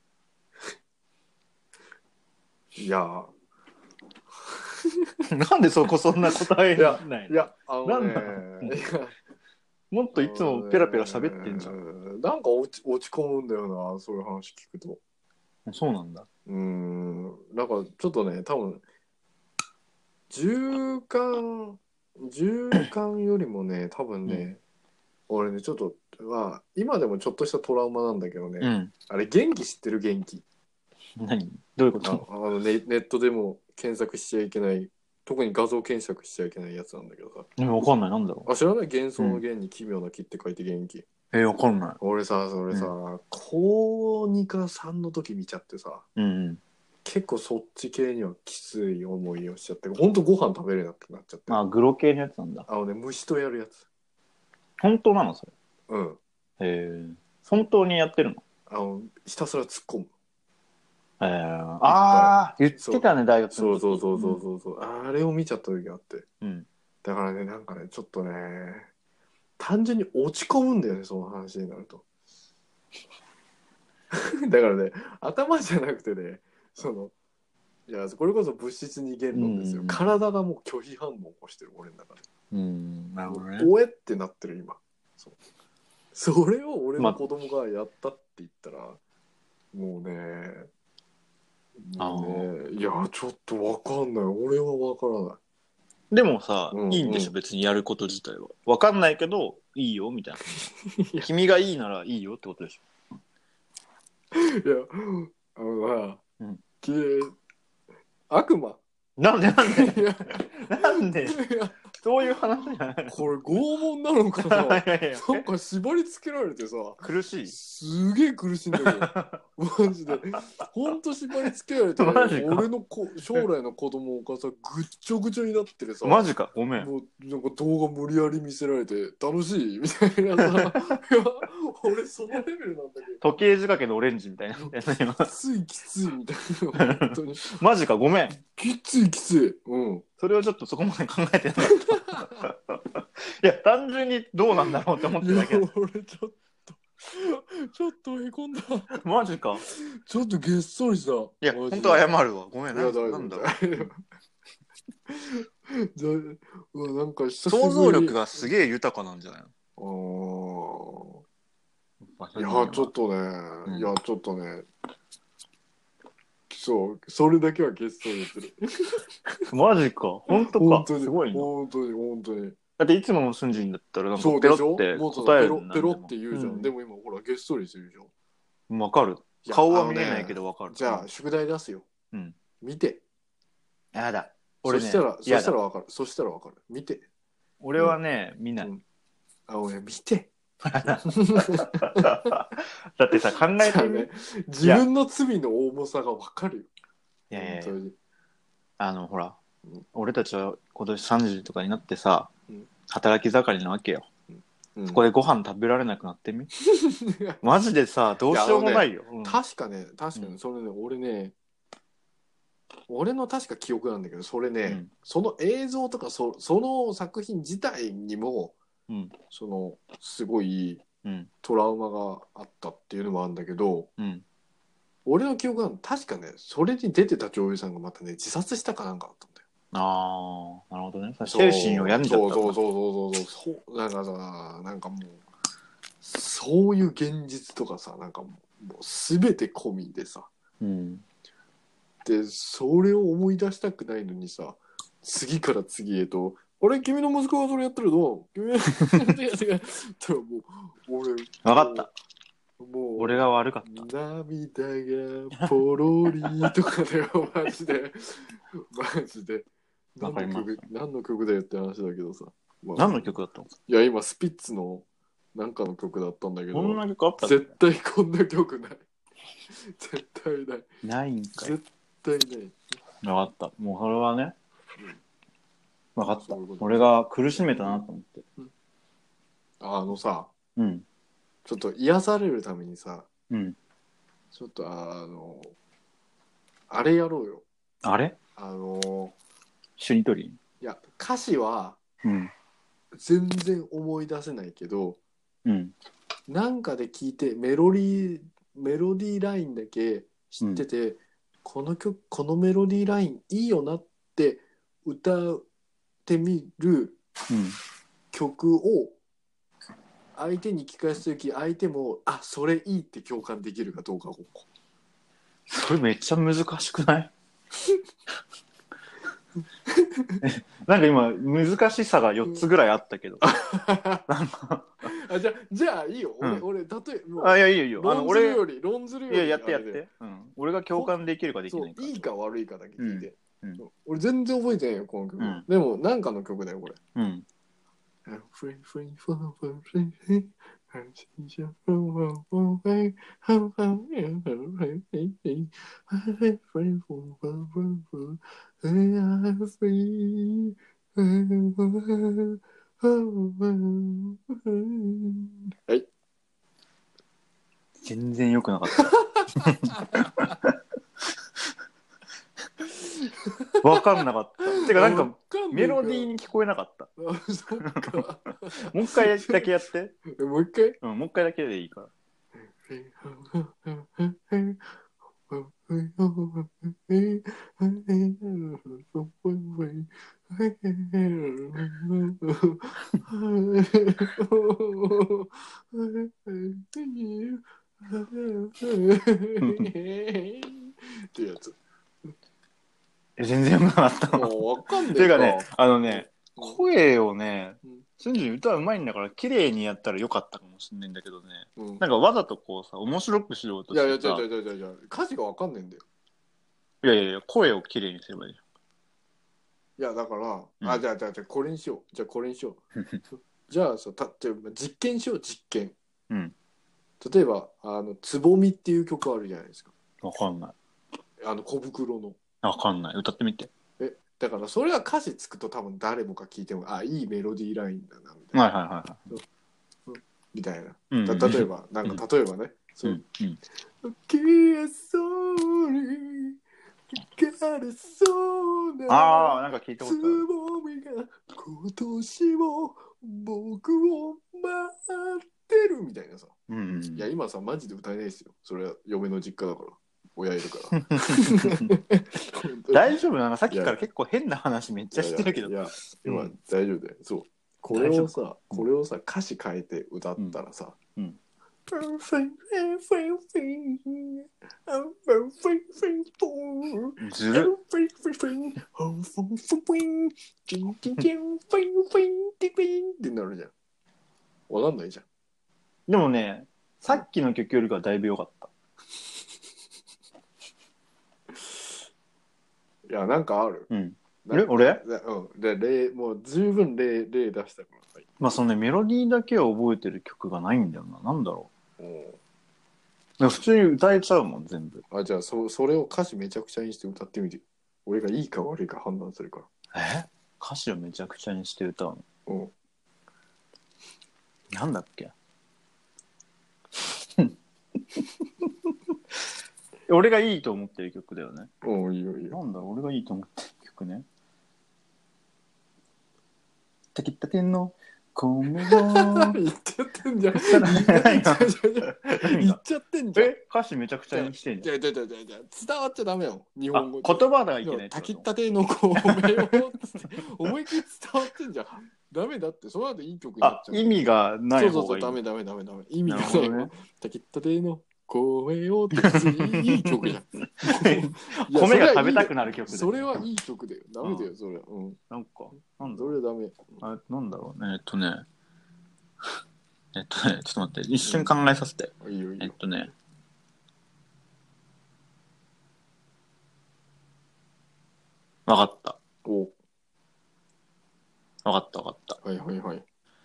いやなんでそこそんな答えないの？ いや、あのね、なんだもっといつもペラペラ喋ってんじゃん。 なんか落ち、落ち込むんだよな、そういう話聞くと。 そうなんだ。 うーん、なんかちょっとね、多分、循環循環よりもね多分ね、うん、俺ねちょっとまあ今でもちょっとしたトラウマなんだけどね、うん、あれ元気知ってる？元気何どういうこと？ ああの、ね、ネットでも検索しちゃいけない、特に画像検索しちゃいけないやつなんだけどさ。 え、わかんない。なんだろう。 あ、知らない？幻想の幻に奇妙な木って書いて元気。 えー、わかんない。 俺さ、それさ、うん、高にかさんの時見ちゃってさ、うんうん、結構そっち系にはきつい思いをしちゃって、ほんとご飯食べれなくなっちゃって。 あ、グロ系のやつなんだ。 あのね、虫とやるやつ。 本当なのそれ？ うん。 へえ。本当にやってるの？ あの、ひたすら突っ込む。 えー、ああ、言ってたね、大学の時。そうそうそうそうそう、うん、あれを見ちゃった時があって。うん。だからね、なんかね、ちょっとね、単純に落ち込むんだよね、その話になると。だからね、頭じゃなくてね、その、いや、これこそ物質二元論ですよ。体がもう拒否反応を起こしてる、俺の中で。うん、なるほどね。おえってなってる、今。そう。それを俺の子供がやったって言ったら、ま、もうね、もうね、いや、ちょっとわかんない。俺はわからない。 でもさ、うんうん、いいんでしょ別にやること自体は。わかんないけどいいよみたいな。君がいいならいいよってことでしょ。 いや、あのな、うん、き悪魔。 なんでなんでなんでそういう話じゃない。 これ拷問なのかな。いやいやなんか縛り付けられてさ、 苦しい。 すげえ苦しいんだけど、マジで。ほんと縛り付けられて、俺の子将来の子供がさ、ぐっちょぐちょになってるさ。 マジか、ごめん。 もうなんか動画無理やり見せられて楽しいみたいなさ。いや、俺そのレベルなんだけど。 時計仕掛けのオレンジみたいな。 きついきついみたいな。本当に。 マジか、ごめん。 きついきつい。うん。 それをちょっとそこまで考えてなかった。いや、単純にどうなんだろうって思ってたけど。 俺ちょっと、ちょっとへこんだ。 マジか。 ちょっとげっそりした。いや、ほんと謝るわ。ごめんな。いや、 なんだろう。じゃあ、なんか久しぶり想像力がすげえ豊かなんじゃないの？ ああ。いや、ちょっとね、うん、いや、ちょっとね、そう、それだけはゲストに言ってる。 マジか、本当か。 本当にすごいな。 本当に本当に。 だっていつもの寸人だったらなんかペロって答えるんだ。 ペロって言うじゃん。うん、でも今ほらゲストにするじゃん。わかる。顔は見えないけどわかる。 じゃあ宿題出すよ。うん。見て。 やだ。 俺ね。そしたらそしたらわかる。そしたらわかる。見て。 俺はね、見ない。 あ、俺見て。 だってさ、考えてみ、 ね、自分の罪の重さがわかるよ。 いやいやいや、あのほら、うん、俺たちは今年さんじゅうとかになってさ、うん、働き盛りなわけよ、うん、そこでご飯食べられなくなってみマジでさ、どうしようもないよ。いや、ね、 うん、確かね、確かにそれね、俺ね、俺の確か記憶なんだけど、それね、うん、その映像とか そ, その作品自体にも、うん、そのすごいトラウマがあったっていうのもあるんだけど、うん、俺の記憶は確かね、それに出てた女優さんがまたね自殺したかなんかだったんだよ。 ああ、なるほどね。精神を病んじゃった。 そうそうそうそうそうそう。なんかさ、なんかもうそういう現実とかさ、なんかもう、もう全て込みでさ、うん、でそれを思い出したくないのにさ、次から次へと。あれ君の息子がそれやってるの？君違う違う。もう俺分かった。もう俺が悪かった。 涙がポロリとかだよマジでマジで。何の曲何の曲だよって話だけどさ。 まあ、何の曲だったの？ いや今スピッツのなんかの曲だったんだけど。 こんな曲あった？ 絶対こんな曲ない。絶対ない。 ないんかい。 絶対ない。 分かった。もうそれはね。分かった。俺が苦しめたなと思って。 うん、あのさ、うん、ちょっと癒されるためにさ、うん、ちょっとあのあれやろうよ。 あれ？ あのシュニトリン？ いや歌詞は全然思い出せないけど、うん、なんかで聞いてメロディーメロディーラインだけ知ってて、うん、この曲このメロディーラインいいよなって歌ってみる曲を相手に聞かせた時、相手もあそれいいって共感できるかどうか。 それめっちゃ難しくない？ なんか今難しさがよっつぐらいあったけどあじゃじゃあいいよ、うん、俺俺例えばあいやいいよいいよ論ずるより論ずるよりいややってやって、うん、俺が共感できるかできないかいいか悪いかだけ聞いて、 うんうん、 俺全然覚えてないよこの曲、うん、でもなんかの曲だよこれ、うん、はい。 全然良くなかった。分かんなかった。てかなんかメロディーに聞こえなかった。そっか。もう一回だけやって。 もう一回？ うん、もう一回だけでいいから。 ってやつ。 全然うまかった。 もうわかんない。 ていうかね、あのね、声をね、純次歌うまいんだから綺麗にやったらよかったかもしれないんだけどね、うん、なんかわざとこうさ面白くしようとしてさ、 いやいやいやいやいやいや歌詞がわかんないんだよ。 いやいやいや声を綺麗にすればいいじゃん。いやだから、うん、あじゃあじゃあじゃあこれにしようじゃあこれにしようじゃあさたじゃあ実験しよう実験、うん、例えばあのつぼみっていう曲あるじゃないですか。 わかんない。 あの小袋の。 わかんない。歌ってみて。 えだからそれは歌詞つくと多分誰もが聞いてもあいいメロディーラインだなみたいな。はいはいはいはい。みたいな。うん、だ例えばなんか例えばね。うん、そう。消えそうに枯れそうな。 ああなんか聞いたことある。 つぼみが今年も僕を待ってるみたいなさ。うん、いや今さマジで歌えないですよ。それは嫁の実家だから。親いるから大丈夫なの？さっきから結構変な話めっちゃしてるけど。 いやいや今、うん、大丈夫だよ。そうこれをさこれをさ歌詞変えて歌ったらさ、うんうんずるってなるじゃん。わかんないじゃん。 でもねさっきの曲よりかはだいぶ良かった。 いやなんかある。 うん。え俺？ うん。で例もう十分例例出したから。はい、 まあそのねメロディーだけを覚えてる曲がないんだよな。なんだろう。お普通に歌えちゃうもん全部。 あじゃあそそれを歌詞めちゃくちゃにして歌ってみて。俺がいいか悪いか判断するから。え？歌詞をめちゃくちゃにして歌うの？うん。なんだっけ？俺がいいと思ってる曲だよね。 うんいいよいいよ。 なんだろう俺がいいと思ってる曲ね。炊きたての米を言っちゃってんじゃん。言っちゃってんじゃん。 え歌詞めちゃくちゃにしてんじゃん。 じゃじゃじゃじゃ伝わっちゃダメよ日本語。 言葉がいけない。 炊きたての米を思いっきり伝わってんじゃん。ダメだってその後いい曲になっちゃう。 意味がない方がいい。 そうそうそうダメダメダメダメ意味がない。ね、炊きたての米をっていい曲じゃん。 米が食べたくなる曲だよ。それはいい曲だよ。ダメだよそれ。うん。 なんかなんだそれダメ。 あなんだろうねえっとねえっとねちょっと待って一瞬考えさせて。 いいよいいよ。 えっとねわかった。おわかったわかった。 はいはいはい。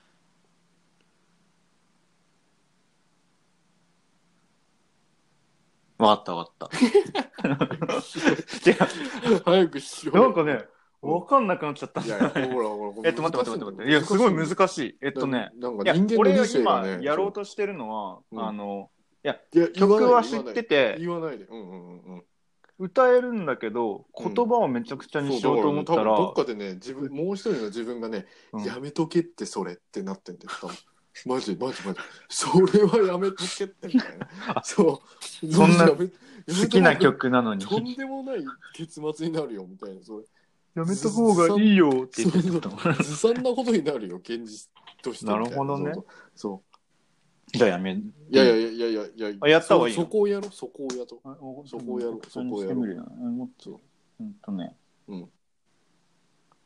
わかったわかった。違う。 早くしろ。 なんかね、わかんなくなっちゃった。いやいやほらほら。えっと待って待って待って待って。いやすごい難しい。えっとね、なんか人間の理性がね、俺が今やろうとしてるのは、あのいや曲は知ってて、 言わないで。うんうんうん。 歌えるんだけど言葉をめちゃくちゃにしようと思ったら、 どっかでね自分もう一人の自分がね、やめとけってそれってなってんだよ。マジマジマジそれはやめとけってみたいな。そうそんな好きな曲なのにとんでもない結末になるよみたいな。それやめた方がいいよって言ってた。 ずさんなことになるよ現実として。 なるほどね。 そうじゃあやめ。いやいやいやいやいやいや。 あやった方がいいよ。 そこをやろそこをやろそこをやろそこをやろ。 もっとうんとね。うん。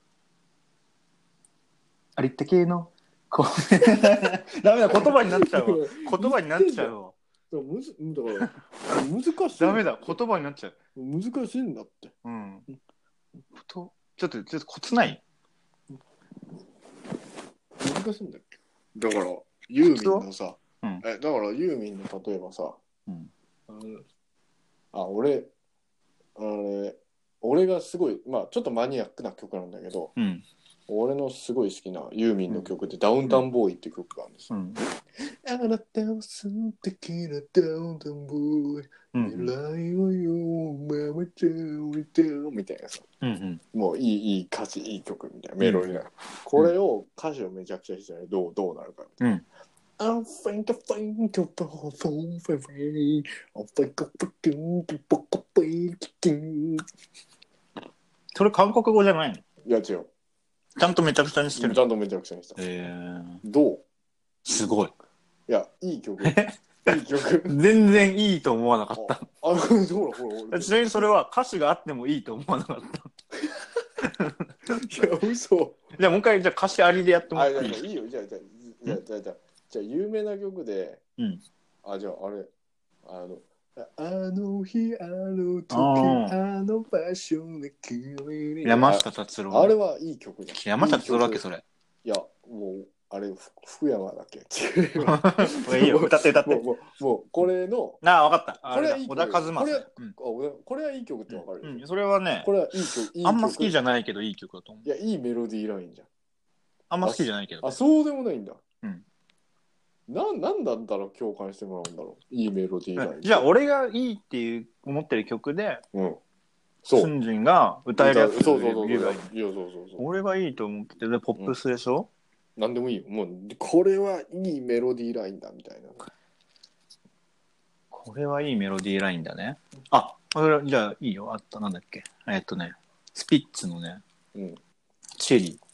りって系のこダメだ、言葉になっちゃうわ。言葉になっちゃうわ。 むずだから難しい。 ダメだ、言葉になっちゃう。 難しいんだって。 うん。とちょっとちょっとコツない？ 難しいんだっけ。だからユーミンのさ、うん、えだからユーミンの例えばさ、うん、あ, あ俺あれ俺がすごいまあちょっとマニアックな曲なんだけど、うん、俺のすごい好きなユーミンの曲で、うん、ダウンタウンボーイっていう曲があるんですよ。うん、あなたは素敵なダウンタウンボーイ、うん、未来をよめておいてみたいなさ、うんうん、もういいいい歌詞いい曲みたいなメロディーな、うん、これを歌詞をめちゃくちゃしてないどうどうなるか、うん、I think I think about so very I think I think それ韓国語じゃないの？ いや違う。 ちゃんとめちゃくちゃにしてる。 ちゃんとめちゃくちゃにした。えー、どう？ すごい。 いやいい曲。いい曲。 全然いいと思わなかった。あ、 あほらほら。ちなみにそれは歌詞があってもいいと思わなかった。 いや嘘。 じゃあもう一回じゃあ歌詞ありでやってもらっていい？ あいいよじゃあじゃあじゃあじゃあじゃあじゃあ有名な曲で、うん、あじゃああれあの。あの日あの時あの場所で君に山下達郎。 あれはいい曲じゃん。 山下達郎だっけそれ。 いやもうあれ福山だっけ。 いいよ歌って歌って。 もうもうこれのなあ分かった。 これはいい曲。小田和正。 これ、うん、これはいい曲ってわかる、 うんうん。それはね。 これはいい曲。いい曲あんま好きじゃないけどいい曲だと思う。 いやいいメロディーラインじゃん。 あんま好きじゃないけど、ね。 あそうでもないんだ。 うん。 な、なんなんだろう共感してもらうんだろういいメロディーライン。 じゃあ俺がいいっていう思ってる曲で、うん、 そう。 スンジンが歌えるやつそうそうそうそう。いやそうそうそう。 俺がいいと思ってて、でポップスでしょ、 うん、なんでもいいよ。もうこれはいいメロディーラインだみたいな。 これはいいメロディーラインだね。あ、これじゃあいいよ。あったなんだっけ。えっとね、スピッツのね、うん、チェリー。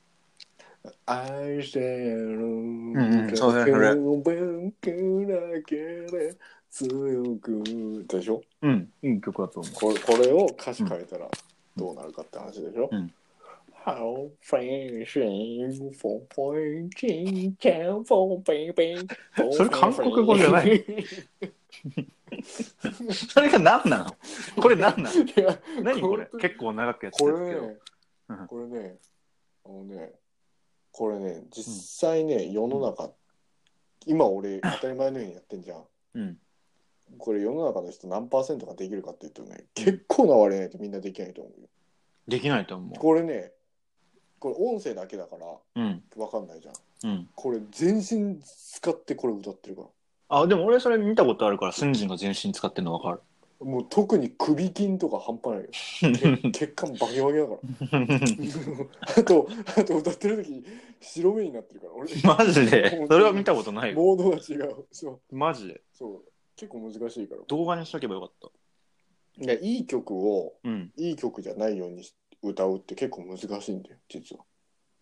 愛してる、うんうん、そうだね、それ。 強くでしょ。 うん、いい曲だと思う。 これ、これを歌詞変えたらどうなるかって話でしょ。うん。How fashion for pointing can for baby。 それ韓国語じゃない。それが何なの？これ何なの？何これ？結構長くやってるけど。 これね、これね、あのね。これね実際ね、うん、世の中、うん、今俺当たり前のようにやってんじゃん、うん、これ世の中の人何パーセントができるかっていうとね、うん、結構な割合でみんなできないと思うよ。 できないと思う。 これねこれ音声だけだから、うん、分かんないじゃん、うん、これ全身使ってこれ歌ってるから。 あでも俺それ見たことあるからスンジンが全身使ってるの分かる。 もう特に首筋とか半端ないよ。血管バキバキだからあとあと歌ってる時白目になってるから俺。 マジでそれは見たことないよ。 モードが違う。そうマジで。 そう結構難しいから動画にしとけばよかった。 いやいい曲を、うん、いい曲じゃないように歌うって結構難しいんだよ実は。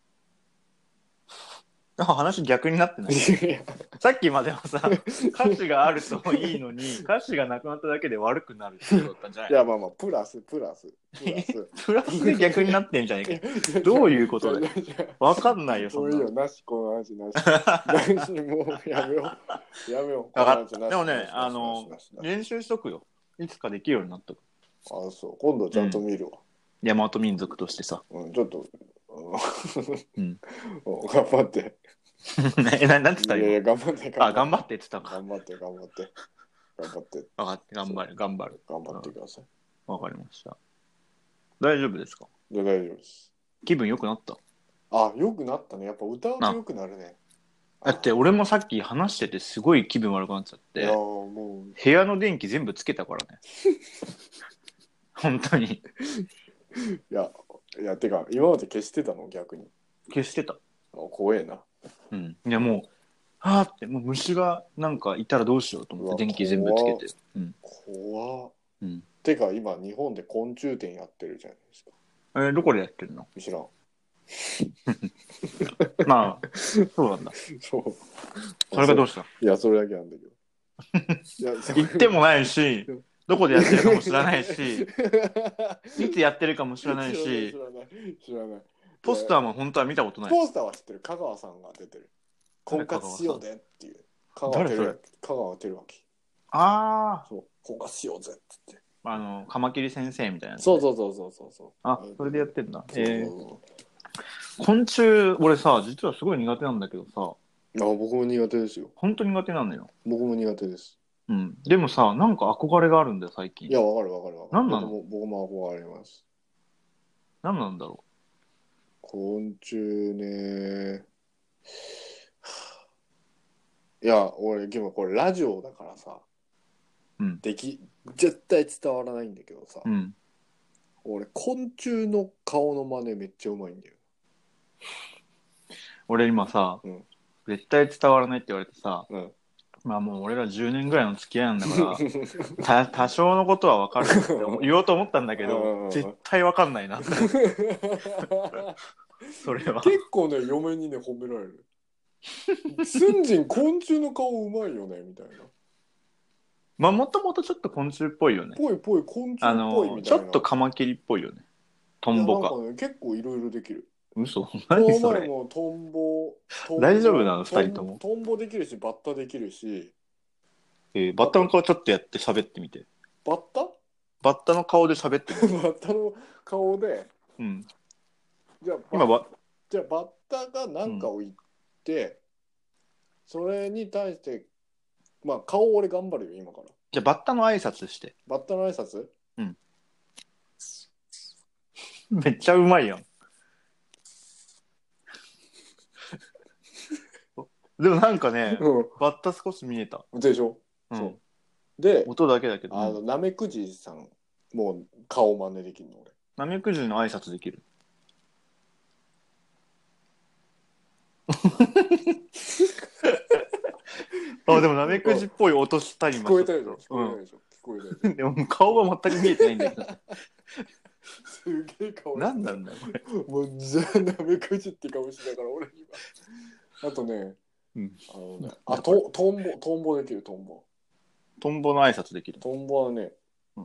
話逆になってない。さっきまではさ歌詞があるといいのに歌詞がなくなっただけで悪くなるってことだったんじゃない？ いやまあまあプラスプラスプラスプラスで逆になってんじゃないか。どういうことで分かんないよそんな。 いいよなしこの話なしなしもうやめようやめよう。 分かった。でもねあの練習しとくよ。いつかできるようになっとく。 あそう今度ちゃんと見るわ、 うん、大和民族としてさ、 うん、ちょっとうん、頑張ってえななんて言ったらいいの？ いやいや頑張ってあ頑張ってって言ってたか。 頑張って頑張って頑張って分かって頑張る頑張る頑張ってください。 わかりました。大丈夫ですか？ いや大丈夫です。 気分良くなった？ あ良くなったね。やっぱ歌うと良くなるね。 だって俺もさっき話しててすごい気分悪くなっちゃって、いやもう部屋の電気全部つけたからね。本当に。いやいやてか今まで消してたの？逆に消してた。 あ怖えな。 うん、いやもうはーってもう虫がなんかいたらどうしようと思って電気全部つけて、うん、 怖っ、うん、てか今日本で昆虫展やってるじゃないですか。 えー、どこでやってるの？ 知らん。 まあそうなんだ。そうそれがどうした？ いやそれだけなんだけどいや言ってもないしどこでやってるかも知らないしいつやってるかも知らないし知らない知らないポスターも本当は見たことない。 ポスターは知ってる。香川さんが出てる。婚活しようぜっていう。香川照明。香川照明。 ああ。 そう。婚活しようぜって言って。 あのカマキリ先生みたいな、 ね。そうそうそうそうそう。 あ、それでやってんだ。ええー。昆虫俺さ実はすごい苦手なんだけどさ。 あ、僕も苦手ですよ。 本当に苦手なのよ。 僕も苦手です。 うん。でもさ、なんか憧れがあるんだよ最近。 いや、わかるわかるわかる。 なんなの？ 僕も憧れます。 なんなんだろう。 昆虫ね。いや、俺今これラジオだからさ、うん、でき絶対伝わらないんだけどさ、うん、俺昆虫の顔の真似めっちゃうまいんだよ。 俺今さ、うん、絶対伝わらないって言われてさ、うん、まあもう俺らじゅうねんぐらいの付き合いなんだからた多少のことは分かるって言おうと思ったんだけど絶対分かんないなそれは結構ね嫁にね褒められるすんじん昆虫の顔うまいよねみたいな。 まあもともとちょっと昆虫っぽいよね。 ぽいぽい昆虫っぽいみたいな。あのちょっとカマキリっぽいよね。トンボか。 なんかね結構いろいろできる。 嘘？何それ？ もうトンボ、 トンボ大丈夫なの二人とも。 トンボできるしバッタできるし。 えー、バッタの顔ちょっとやって喋ってみて。 バッタ？ バッタの顔で喋ってみて。 バッタの顔で。 うん。 じゃあ今バじゃあバッタが何かを言って、うん、それに対してまあ顔俺頑張るよ今から。 じゃあバッタの挨拶して。 バッタの挨拶？うん。 めっちゃうまいやん。でもなんかね、うん、バッタ少し見えた。 でしょ、 うん、そうで音だけだけど、 あのナメクジさんもう顔真似できるの俺。 ナメクジの挨拶できる。あ、でもナメクジっぽい音したりも聞こえたでしょ。聞こえたでしょ。聞こえたでしょ。 でも顔は全く見えてないんだけど。 すげえ顔。 何なんだよこれ。 もうじゃあナメクジって顔してたから俺今。あとね、うん、あのね、あとトンボトンボできるトンボ。 トンボの挨拶できる。 トンボはね。うん、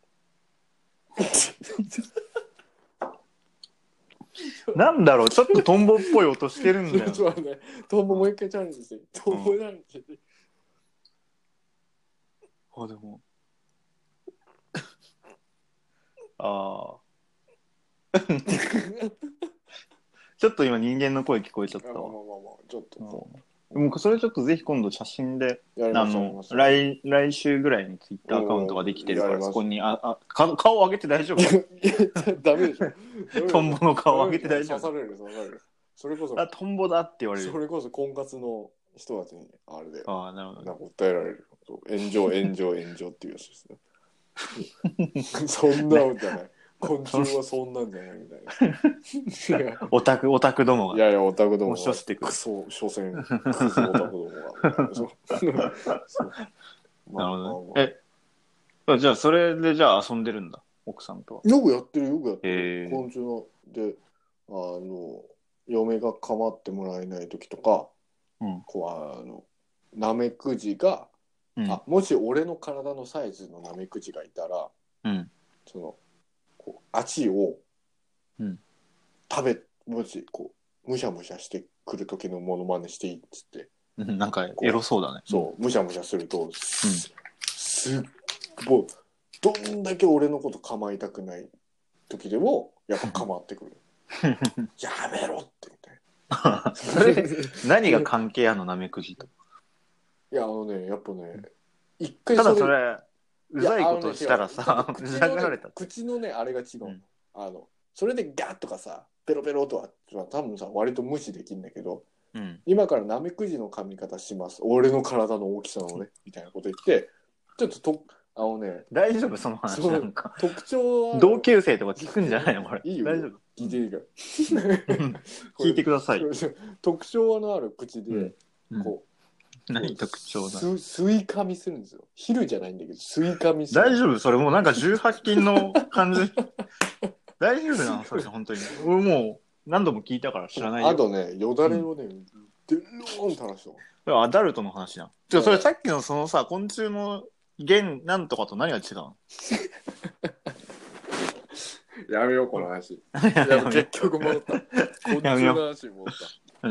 なんだろうちょっとトンボっぽい音してるんだよ。 ちょっとね、トンボもう一回チャレンジして。トンボチャレンジして。 あでも。ああ。ちょっと今人間の声聞こえちゃったわ。まあまあまあちょっと。 もうそれちょっとぜひ今度写真であの 来, 来週ぐらいにツイッターアカウントができてるからそこにああか顔上げて大丈夫？ ダメでしょ。 トンボの顔上げて大丈夫？ 刺される刺される。それこそあトンボだって言われる。 それこそ婚活の人たちにあれでああなるほど、ね、 なんか訴えられる。炎上炎上炎上っていうやつですね。そんなことじゃない。昆虫はそんなんじゃないみたいな。 オタクオタクどもが。 いやいやオタクどもが。もしてくる。 クソ所詮クソオタクどもが。そうなるほどね。え、じゃあそれでじゃあ遊んでるんだ奥さんとは。 よくやってるよくやってる。昆虫のであの嫁が構ってもらえない時とか、うん、こうあのナメクジが、うん、あもし俺の体のサイズのナメクジがいたら、うん、そのこう足を、うん、食べもしこうむしゃむしゃしてくる時のモノマネしていいっつって、 うん、なんかエロそうだね。 そうむしゃむしゃすると、うん、すっごいどんだけ俺のこと構いたくない時でもやっぱ構ってくる。やめろってみたいな。 それ何が関係あるのナメクジと。 いやあのねやっぱね一回それただそれうざいことしたらさうざがられた。口のねあれが違う、うん、あのそれでガッとかさペロペロとは多分さ割と無視できるんだけど、うん、今からナメクジの噛み方します俺の体の大きさのねみたいなこと言ってちょっととあのね大丈夫その話なんか特徴は同級生とか聞くんじゃないのこれ。 いいよ大丈夫聞いていいから、 うん、聞いてください。 特徴のある口で、うんうん、こう何特徴だ。 ス, スイカミするんですよ。昼じゃないんだけどスイカミする。大丈夫それもうなんかじゅうはち禁の感じ。大丈夫なのそれ本当に。俺もう何度も聞いたから知らないよ。 あとねよだれをね、うん、デローン垂らした。 それアダルトの話な。じゃそれさっきのそのさ昆虫の弦なんとかと何が違うの？ やめようこの話。いや結局戻った。昆虫の話に戻った。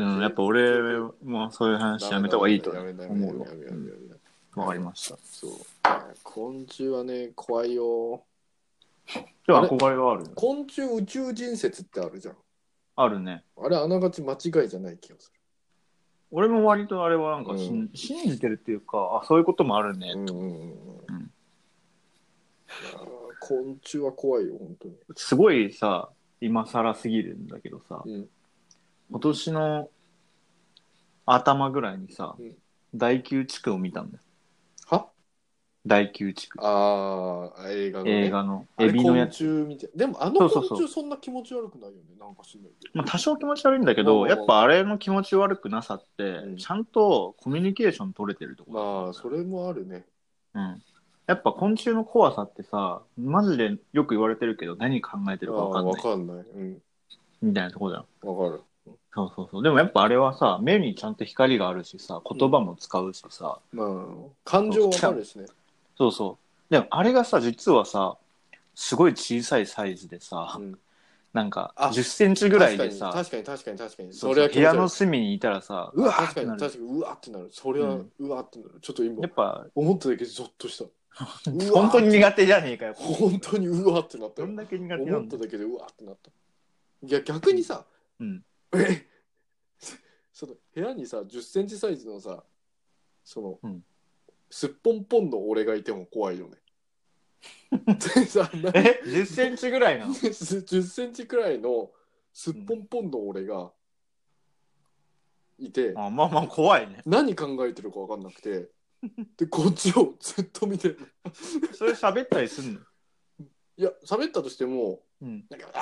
うん、やっぱ俺もそういう話やめた方がいいと思うよ。わかりました。 そう。昆虫はね怖いよ。 じゃあ憧れはある、ね、 昆虫宇宙人説ってあるじゃん。 あるね。 あれあながち間違いじゃない気がする。 俺も割とあれはなんか、うん、信じてるっていうか、あ、そういうこともあるねと。うんうんうん。 昆虫は怖いよ本当に。 すごいさ、今更すぎるんだけどさ、うん、今年の頭ぐらいにさ、うん、大宮地区を見たんだよ。 は？ 大宮地区。 ああ、映画の、ね、 映画のエビのやつ。 昆虫みたい。でもあの昆虫そんな気持ち悪くないよね。なんかしないけど。 まあ多少気持ち悪いんだけど、やっぱあれの気持ち悪くなさって、うん、ちゃんとコミュニケーション取れてるところ。 まあそれもあるね。 うん。やっぱ昆虫の怖さってさ、マジでよく言われてるけど、何考えてるか分かんない。 分かんない。うん。 みたいなところだよ。 分かる。 そうそうそう。でもやっぱあれはさ、目にちゃんと光があるしさ、言葉も使うしさ。 うん、まあ、感情分かるしね。 そうそう。でもあれがさ、実はさ、すごい小さいサイズでさ、うん、なんかじゅっセンチぐらいでさ、 確かに確かに確かに。 それは部屋の隅にいたらさ、 うわーってなる。確かに確かにうわーってなる。それは、うん、うわーってなる。ちょっと今、やっぱ思っただけでゾッとした。 本当に苦手じゃねえかよ。 本当にうわーってなったよ。 どんだけ苦手なんだ。思っただけでうわーってなった。いや逆にさ、うん、えその部屋にさじゅっセンチサイズのさその、うん、すっぽんぽんの俺がいても怖いよね。 えじゅっセンチぐらいなのじゅっセンチくらいのすっぽんぽんの俺がいて、 うん、あまあまあ怖いね。 何考えてるか分かんなくてでこっちをずっと見てる。 それ喋ったりすんの？ いや喋ったとしても、うん、なんかあ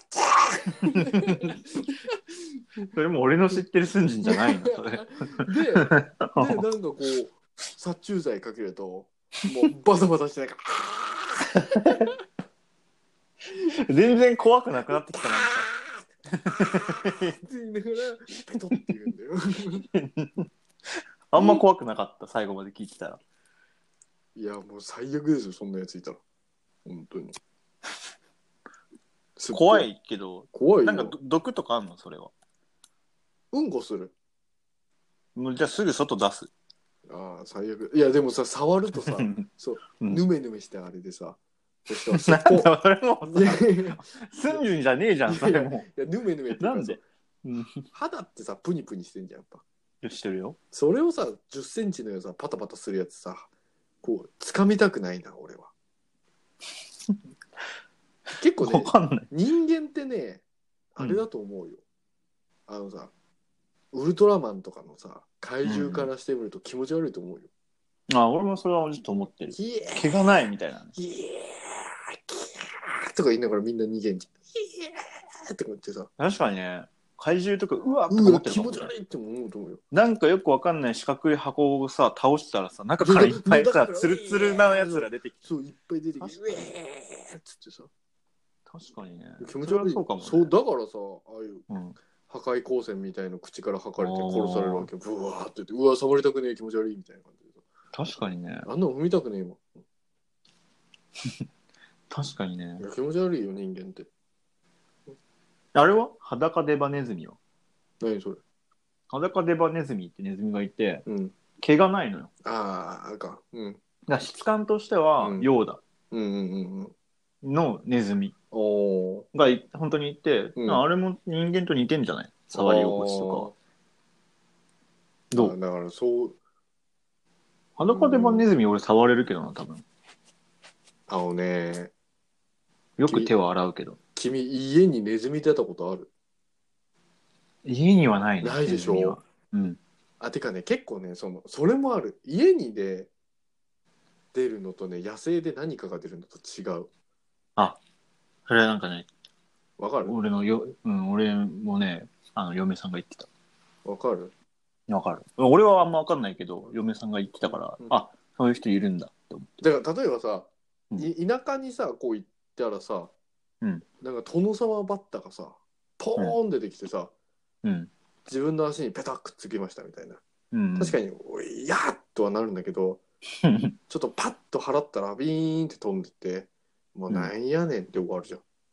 ーそれも俺の知ってる寸人じゃないのそれ。ででなんかこう殺虫剤かけるともうバタバタしてなんか全然怖くなくなってきたなんか。 って言いながらペトって言うんだよ。 あんま怖くなかった最後まで聞いてたら。 いやもう最悪ですよそんなやついたら本当に。 怖いけど怖いよ。 なんか毒とかあんのそれは？ うんこする。 もうじゃあすぐ外出す。 ああ最悪。いやでもさ触るとさそう、うん、ヌメヌメしてあれでさそしたらそこなんだそれもすんじゅんじゃねえじゃんそれも。 いやヌメヌメってなんで肌ってさプニプニしてんじゃんやっぱ。 してるよ。 それをさじゅっセンチのやつさパタパタするやつさこう掴みたくないな俺は。結構ね人間ってねあれだと思うよ、うん、あのさウルトラマンとかのさ怪獣からしてみると気持ち悪いと思うよ、 うん、あ俺もそれはちょっと思ってる。毛がないみたいな、ね、 イエーとか言いながらみんな逃げんじゃん。イエーって思ってさ確かにね怪獣とかうわっと思ってるかも、ね、 気持ち悪いって思うと思うよ。 なんかよくわかんない四角い箱をさ倒したらさ中からいっぱいさツルツルなやつら出てきてそういっぱい出てきてうえーっつってさ確かにね気持ち悪い。そうかも、ね、そうだからさああいう、うん破壊光線みたいの口から吐かれて殺されるわけよ。ブワーって言ってうわ触りたくねえ気持ち悪いみたいな感じで確かにねあんなの踏みたくねえもん。 確かにねいや気持ち悪いよ人間って。 あれは裸デバネズミは何それ。 裸デバネズミってネズミがいて、うん、毛がないのよ。 あああれかうんだから質感としてはヨーダのネズミが本当にいて、うん、あれも人間と似てんじゃない？触り心地とかどう？ だからそう裸デバネズミ俺触れるけどな多分。 あのねよく手を洗うけど。 君家にネズミ出たことある？ 家にはないね。 ないでしょ。うん。あてかね結構ねそのそれもある。家にで出るのとね野生で何かが出るのと違う。 あそれはなんかねわかる？ 俺のよ、うん、俺もねあの嫁さんが言ってた。 わかる？ わかる。俺はあんまわかんないけど嫁さんが言ってたから、うん、あそういう人いるんだって思って。 だから例えばさ、うん、田舎にさこう行ったらさ、うん、なんかトノサマバッタがさポーン出てきてさ、うん、自分の足にペタッくっつきましたみたいな、うん、確かにおいやーっとはなるんだけどちょっとパッと払ったらビーンって飛んでってもうなんやねんって終わるじゃん、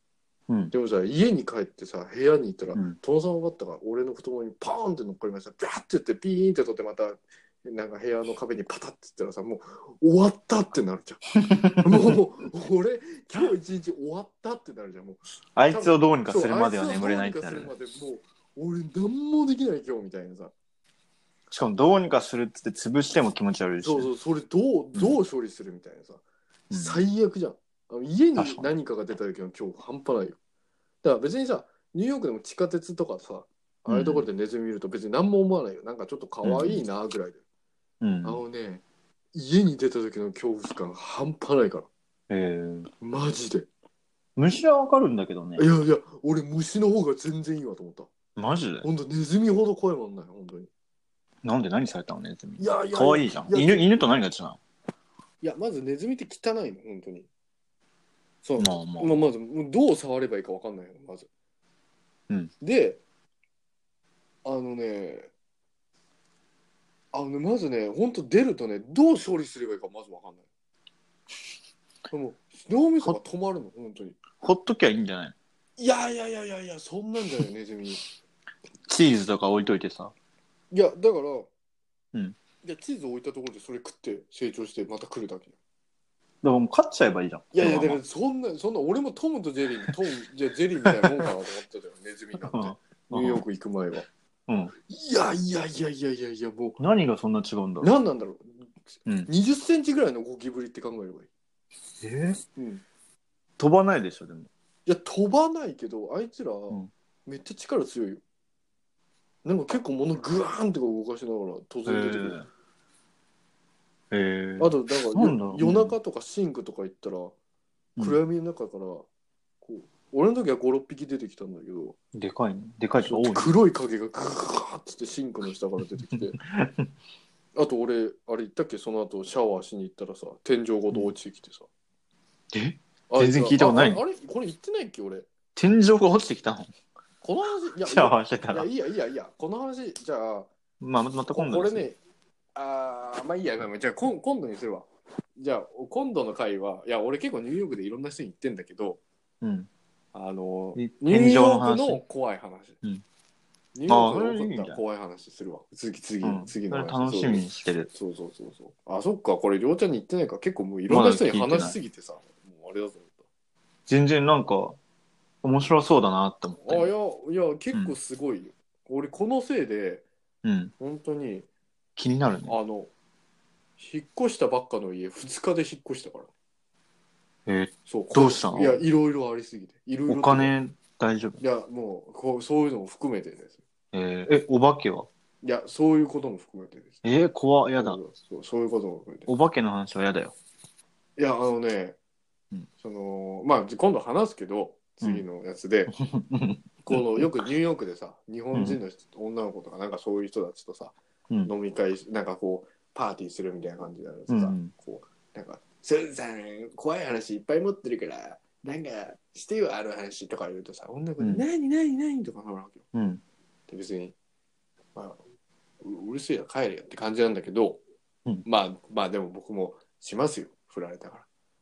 うん、 でもさ、家に帰ってさ、部屋に行ったら、うん、殿様バッタが俺の太ももにパーンって乗っかりました。ビャーって言って、ピーンって取って、また、なんか部屋の壁にパタッて言ったらさ、もう終わったってなるじゃん。もう、俺、今日一日終わったってなるじゃん。もうあいつをどうにかするまでは眠れないってなる。 もう、俺、何もできない今日みたいなさ。 しかも、どうにかするって言って潰しても気持ち悪いし。 そうそう、それどう、どう処理するみたいなさ。うん、最悪じゃん。家に何かが出た時の恐怖半端ないよ。だから別にさ、ニューヨークでも地下鉄とかさ、ああいうところでネズミ見ると別に何も思わないよ。なんかちょっと可愛いなぐらいで。うん、あのね、家に出た時の恐怖感半端ないから。 えー、 マジで。 虫はわかるんだけどね。 いやいや、俺虫の方が全然いいわと思った。 マジで？ ほんとネズミほど怖いもんない、本当に。 なんで何されたのネズミ？ いやいや、 可愛いじゃん。犬、犬と何が違うの？ いや、まずネズミって汚いの、本当に。そう。まあまあ。まあ、まず、どう触ればいいか分かんないよ、まず。 うん。 で、あのね、あのね、まずね、本当出るとね、どう処理すればいいかまず分かんない。でも、脳みそが止まるの、本当に。 ほっときゃいいんじゃないの？ いやいやいやいやいや、そんなんじゃない、ネズミ。 チーズとか置いといてさ。 いや、だから、 うん。 いや、チーズ置いたところでそれ食って成長してまた来るだけ。 でももう勝っちゃえばいいじゃん。 いやいや、だからそんな、そんな、俺もトムとジェリーに、トム、じゃジェリーみたいなもんかなと思ったじゃん、ネズミなんて。ニューヨーク行く前は。 うん。 いやいやいやいやいやいや、もう。 何がそんな違うんだろう。 何なんだろう。 うん、 にじゅっセンチぐらいのゴキブリって考えればいい。 えー、うん。飛ばないでしょ、でも。 いや、飛ばないけど、あいつら、めっちゃ力強いよ。なんか結構物グワーンって動かしながら突然出てくる。 えー、 あと、だから夜中とかシンクとか行ったら、暗闇の中から、こう、俺の時はご、ろっぴき出てきたんだけど、 でかいね。でかいと多い、ね。 黒い影がグーッつってシンクの下から出てきて。あと俺、あれ言ったっけ、その後シャワーしに行ったらさ、天井ごと落ちてきてさ。 え全然聞いたことない。 あれ、あれこれ言ってないっけ俺。 天井が落ちてきたの？ この話、いや、 シャワーしてたら。 いや、いやいやいや、この話、じゃあ、 まあ、また今度これね、あー、まあいいや、じゃあ今今度にするわ。じゃあ、今度の回は、いや、俺結構ニューヨークでいろんな人に言ってんだけど、 うん。 あの、ニューヨークの怖い話。うん、ニューヨークで起こった怖い話するわ。次、次、うん、次の話。 楽しみにしてる。 そうそうそうそう。あ、そっか、これ、りょうちゃんに言ってないから、結構もういろんな人に話しすぎてさ、もうあれだと思った。 全然なんか、面白そうだなって思って。 あ、いや、いや、結構すごいよ。うん、俺、このせいで、うん、本当に、 気になるね。 あの、引っ越したばっかの家、ふつかで引っ越したから。 えー、そうどうしたの？ いや、いろいろありすぎて。いろいろお金大丈夫？ いや、もうこう、そういうのも含めてです。 えー、え、お化けは？ いや、そういうことも含めてです。 えー、怖い、やだ。 そう、そういうことも含めて。 お化けの話はやだよ。 いや、あのね、うん、その、まあ、今度話すけど、次のやつで、うん、この、よくニューヨークでさ、日本人の人、うん、女の子とか、なんかそういう人たちとさ、うん、飲み会、なんかこう、パーティーするみたいな感じでさ、うん、こう、なんか、スーさん、怖い話いっぱい持ってるから、なんか、してよ、ある話とか言うとさ、女の子に、うん、何、何、何とかなるわけよ。うん、で別に、まあう、うるせえな、帰れよって感じなんだけど、うん、まあ、まあでも僕もしますよ、振られたから。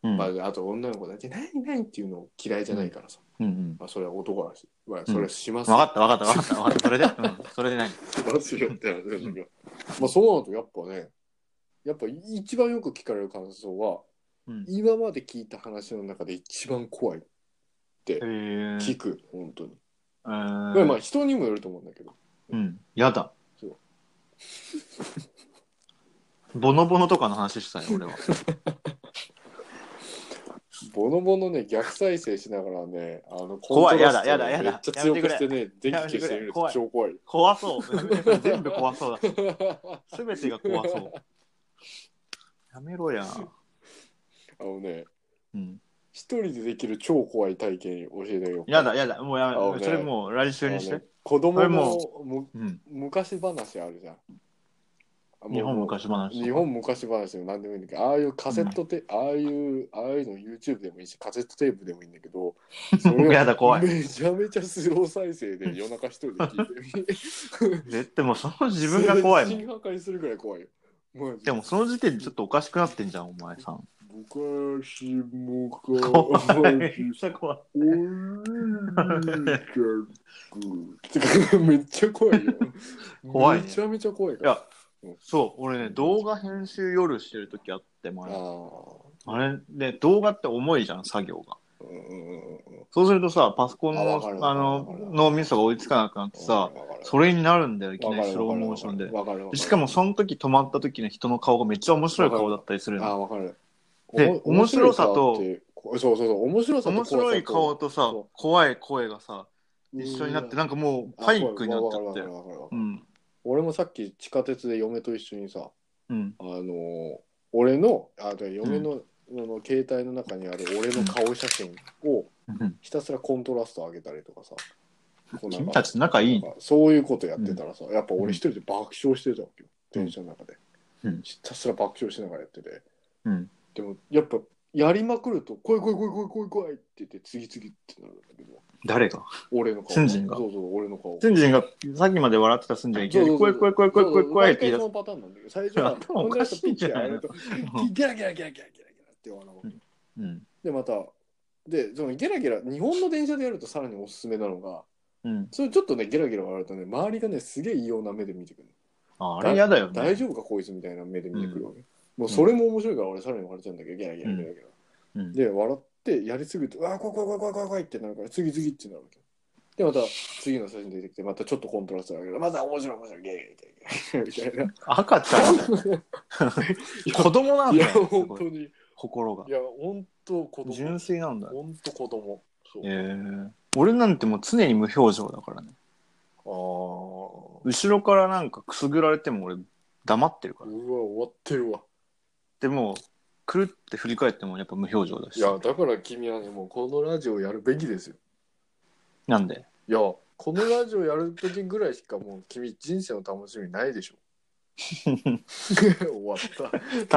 うん、まあ、あと女の子だって、何、何っていうの嫌いじゃないからさ。うんうん、まあ、それは男だし、まあ、それはしますよ。 分、うん、かった分かった分かった分かった。それで、うん、それで何？しますよって話なんだけど。まあ、そうなるとやっぱね、やっぱ一番よく聞かれる感想は、うん、今まで聞いた話の中で一番怖いって聞く、本当に。えー、まあ人にもよると思うんだけど。 うん、やだ。そう。ボノボノとかの話したよ、俺は。 ボノボノね、逆再生しながらね、あの怖い、やだ、やだ、やだ。 めっちゃ強くしてね、電気消してみると超怖い。 怖そう。全部怖そうだ。すべてが怖そう。やめろや。 あのね、うん、一人でできる超怖い体験教えてよ。 やだやだ、もうやめろ、ね、それもう来週にして、ね、 子供のむ、うん、昔話あるじゃん。 日本昔話日本昔話でも何でもいいんだけど、ああいうカセットテ、うん、ああいうああいうの YouTube でもいいし、カセットテープでもいいんだけど、 それやだ怖い。 めちゃめちゃスロー再生で夜中一人で聞いてみ。絶対もうその自分が怖いもん。 心破壊するぐらい怖いよ。 でもその時点でちょっとおかしくなってんじゃん、お前さん。 昔もか怖い。めっちゃ怖い。 めっちゃ怖いよ。 怖い、ね、 めちゃめちゃ怖いから。 いや、そう、俺ね、動画編集夜してる時あって前。ああれで、動画って重いじゃん、作業が。うんうんうん、そうするとさ、パソコンのあの脳みそが追いつかなくなってさ、それになるんだよ、いきなりスローモーションで。しかもその時止まった時の人の顔がめっちゃ面白い顔だったりするの。 あ、わかる。 で、面白さと、 そうそうそう、面白さと面白い顔とさ、怖い声がさ、一緒になって、なんかもうパニックになっちゃって。うん、 俺もさっき地下鉄で嫁と一緒にさ、うん、あの俺のあ嫁の、うん、の携帯の中にある俺の顔写真をひたすらコントラスト上げたりとかさ、 うん、君たち仲いい、 そういうことやってたらさ、やっぱ俺一人で爆笑してたわけよ、うん、電車の中で、うん、ひたすら爆笑しながらやってて、うん、でもやっぱやりまくると怖い怖い怖い怖い怖い怖いって言って次々ってなるんだけど、 誰が？ 俺の顔。 スンジンが。 そうそう、俺の顔。 スンジンがさっきまで笑ってたスンジンがいきなり怖い怖い怖い怖い怖い怖いって言い出す。 そのパターンなんだけど、最初は頭おかしいんじゃないの？ ギャラギャラギャラギャラギャラギャラって笑うわけ。うん。でまたでそのギャラギャラ日本の電車でやるとさらにおすすめなのが、うん、それちょっとねギャラギャラ笑うとね周りがねすげえ異様な目で見てくる。 ああれ嫌だよね。 大丈夫かこいつみたいな目で見てくるわけ。うん、もうそれも面白いから俺さらに笑っちゃうんだけどギャラギャラギャラギャラ。うん、で笑ってやりすぎるとうわ怖い怖い怖い怖い怖いってなるから次々ってなるわけ。でまた次の写真出てきてまたちょっとコントラストだけどまた面白い面白いゲーゲーゲーみたいな赤ちゃん子供なんだよ。いや本当に心がいや本当子供純粋なんだよ。 本当子供そう、 えー、俺なんてもう常に無表情だからね。あ後ろからなんかくすぐられても俺黙ってるから。うわ終わってるわ。 でもくるって振り返ってもやっぱ無表情だし。 いやだから君はねもうこのラジオやるべきですよ。 なんで？ いやこのラジオやる時ぐらいしかもう君人生の楽しみないでしょ。終わった。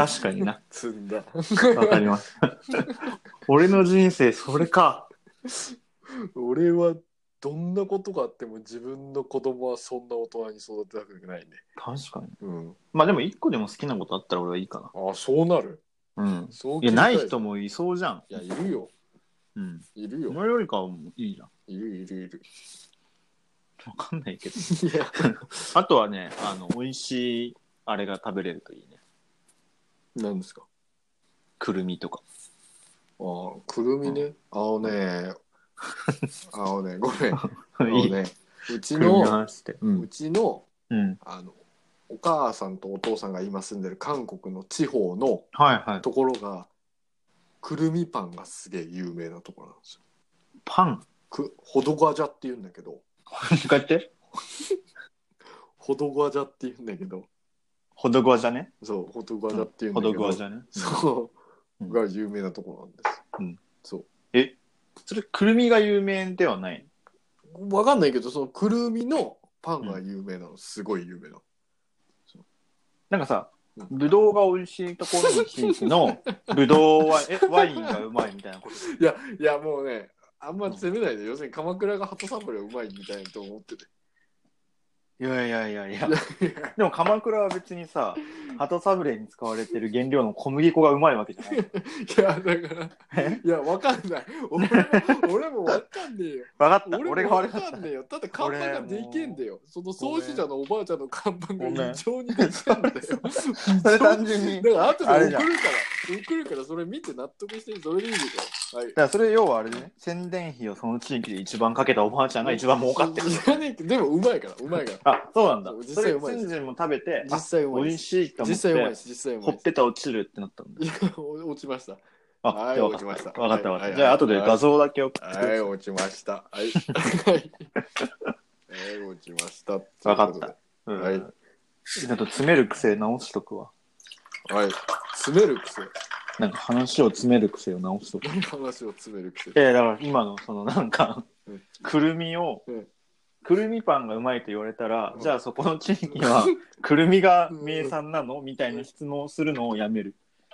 確かにな。 積んだ。 わかります。俺の人生それか。 俺はどんなことがあっても自分の子供はそんな大人に育てたくないね。 確かに。うん。まあでも一個でも好きなことあったら俺はいいかな。あ、そうなる。 うん。そういやない人もいそうじゃん。 いやいるよ。うん。いるよ。 お前よりかはいいじゃん。 いるいるいる。 わかんないけど。あとはね、あの美味しいあれが食べれるといいね。 何ですか？ くるみとか。 ああ、くるみね。うん、あのね、あのね、ごめん。あのね、うちの、うん、うちの、うん、あの、お母さんとお父さんが今住んでる韓国の地方のところが、はいはい、くるみパンがすげえ有名なところなんですよ。 パン？ くほどがじゃって言うんだけど。 こうやってほどがじゃって言うんだけど。 ほどがじゃね？ そう、ほどがじゃって言うんだけど。 ほどがじゃね？ そう、うん、が有名なところなんです。うん。そう。 え、それくるみが有名ではない？ わかんないけど、そのくるみのパンが有名なの、うん、すごい有名なの。 なんかさ、ぶどうが美味しいところの地域のぶどうはえワインがうまいみたいなこと。 いやいやもうね。あんま責めないで、うん、要するに鎌倉が鳩サブレーうまいみたいなと思ってて。 いやいやいやいや。でも鎌倉は別にさ、鳩サブレーに使われてる原料の小麦粉がうまいわけじゃない。いやだから、いやわかんない。俺も俺もわかんねえよ。 わかった。 俺がわかんねえよ。だって看板ができんだよ。その創始者のおばあちゃんの看板が異常にできたんだよ。 それ単純に。 だから後で送るから、送るからそれ見て納得してそれでいいでしょ。はい。 だからそれ要はあれね、宣伝費をその地域で一番かけたおばあちゃんが一番儲かってる。 でもうまいから、うまいから。 あ、そうなんだ。実際うまい。それスンジンも食べて、 実際うまい。 美味しいと思って。 実際うまいです。実際うまい。 ほっぺた落ちるってなったんだ。 いや、落ちました。 あ、はい、落ちました。わかったわかった。じゃあ後で画像だけ送って。 はい、落ちました。はい。はい。落ちました。 わかった。はい。あと詰める癖直しとくわ。 はい。詰める癖。 なんか話を詰める癖を直しとく。 話を詰める癖。 えー、だから今のそのなんかくるみを、うん、くるみパンがうまいと言われたら、うん、じゃあそこの地域はくるみが名産なのみたいな質問をするのをやめる。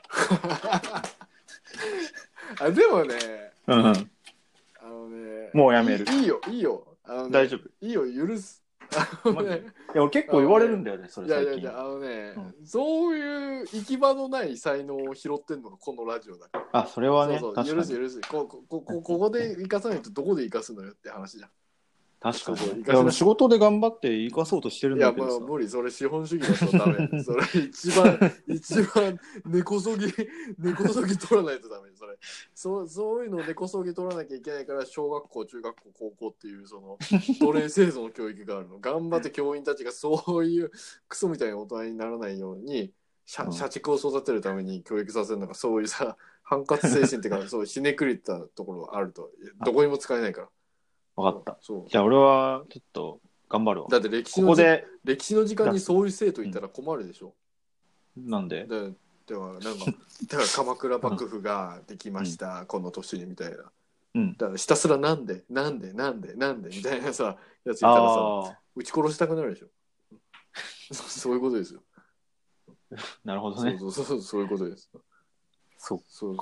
あでもね、 うん、あのね、 もうやめる。 いいよいいよ。あのね、 大丈夫。 いいよ許す。 マジで。いや、結構言われるんだよね、それいやい最近。 やいや、あのね、 うんそういう行き場のない才能を拾ってんのがこのラジオだから。 あ、それはね、 そうそう、 確かに。 許す許す。ここここここで生かさないとどこで生かすのよって話じゃん。 確かに、ね。 そうそういや、仕事で頑張って生かそうとしてるんいや、 だけどさ。 まあ無理、それ資本主義だとダメ。それ一番、一番根こそぎ、根こそぎ取らないとダメ。それ。そう、そういうのを根こそぎ取らなきゃいけないから、小学校、中学校、高校っていう、その、奴隷制度の教育があるの。頑張って教員たちがそういうクソみたいな大人にならないように、社、社畜を育てるために教育させるのが、そういうさ、反活精神っていうか、そう、ひねくれたところがあると、どこにも使えないから。 分かった。 そう。 じゃあ俺はちょっと頑張るわ。 だって歴史のここで歴史の時間にそういう生徒いたら困るでしょ。 なんででではなんかだから鎌倉幕府ができました、うん、この年にみたいな、うん、だからひたすらなんでなんでなんでなんでみたいなさやついたらさ撃ち殺したくなるでしょ。そういうことですよ。 なるほどね。 そうそうそうそういうことです。 そっかそう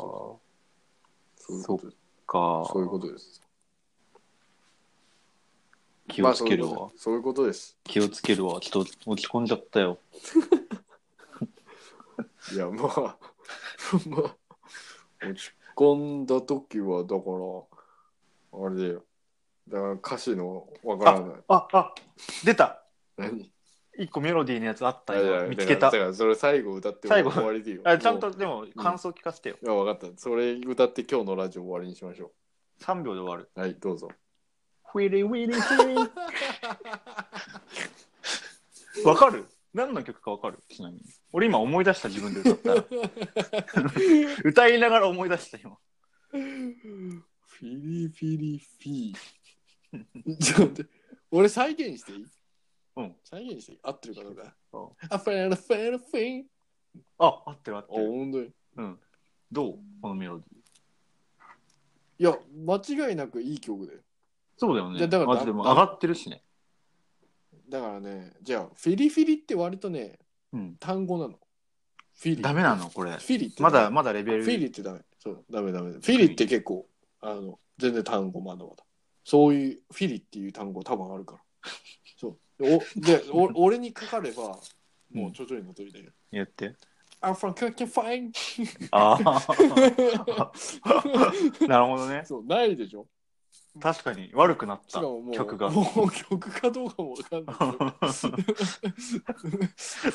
そっかそういうことです。 気をつけるわ、 まあ、そういうことです。 気をつけるわ。ちょっと落ち込んじゃったよ。 いやまあまあ落ち込んだ時はだからあれだよ。だから歌詞のわからない。 あああ出た。 何？ 一個メロディーのやつあったよ。見つけた。 だからそれ最後歌って終わりでよ。 あちゃんとでも感想聞かせてよ。 うん、いや分かった。それ歌って今日のラジオ終わりにしましょう。さんびょうで終わる。 はいどうぞ。 ウィリウィリウィリ。わかる？何の曲かわかる？ちなみに。俺今思い出した自分で歌ったら。歌いながら思い出した今。 フィリフィリフィー。ちょっと待って。俺再現していい？うん。再現していい？合ってるかどうか。あ、フェラフェラフィー。 あ、合ってる合ってる。 あ、本当に。 うん。どう？このメロディー。いや、間違いなくいい曲だよ。 そうだよね。だからマジでも上がってるしね。 だからね、じゃあフィリフィリって割とね、うん、単語なの。 フィリ。ダメなのこれ。 フィリってまだまだレベル。 フィリってダメ。そうダメダメ。フィリって結構あの全然単語まだまだ。そういうフィリっていう単語多分あるから。そう。おでお俺にかかればもう徐々に戻りだよ。 やって。 I'm from Cooking Fine。 ああ。なるほどね。 そうないでしょ。 確かに悪くなった曲が。 もう曲かどうかもわかんない。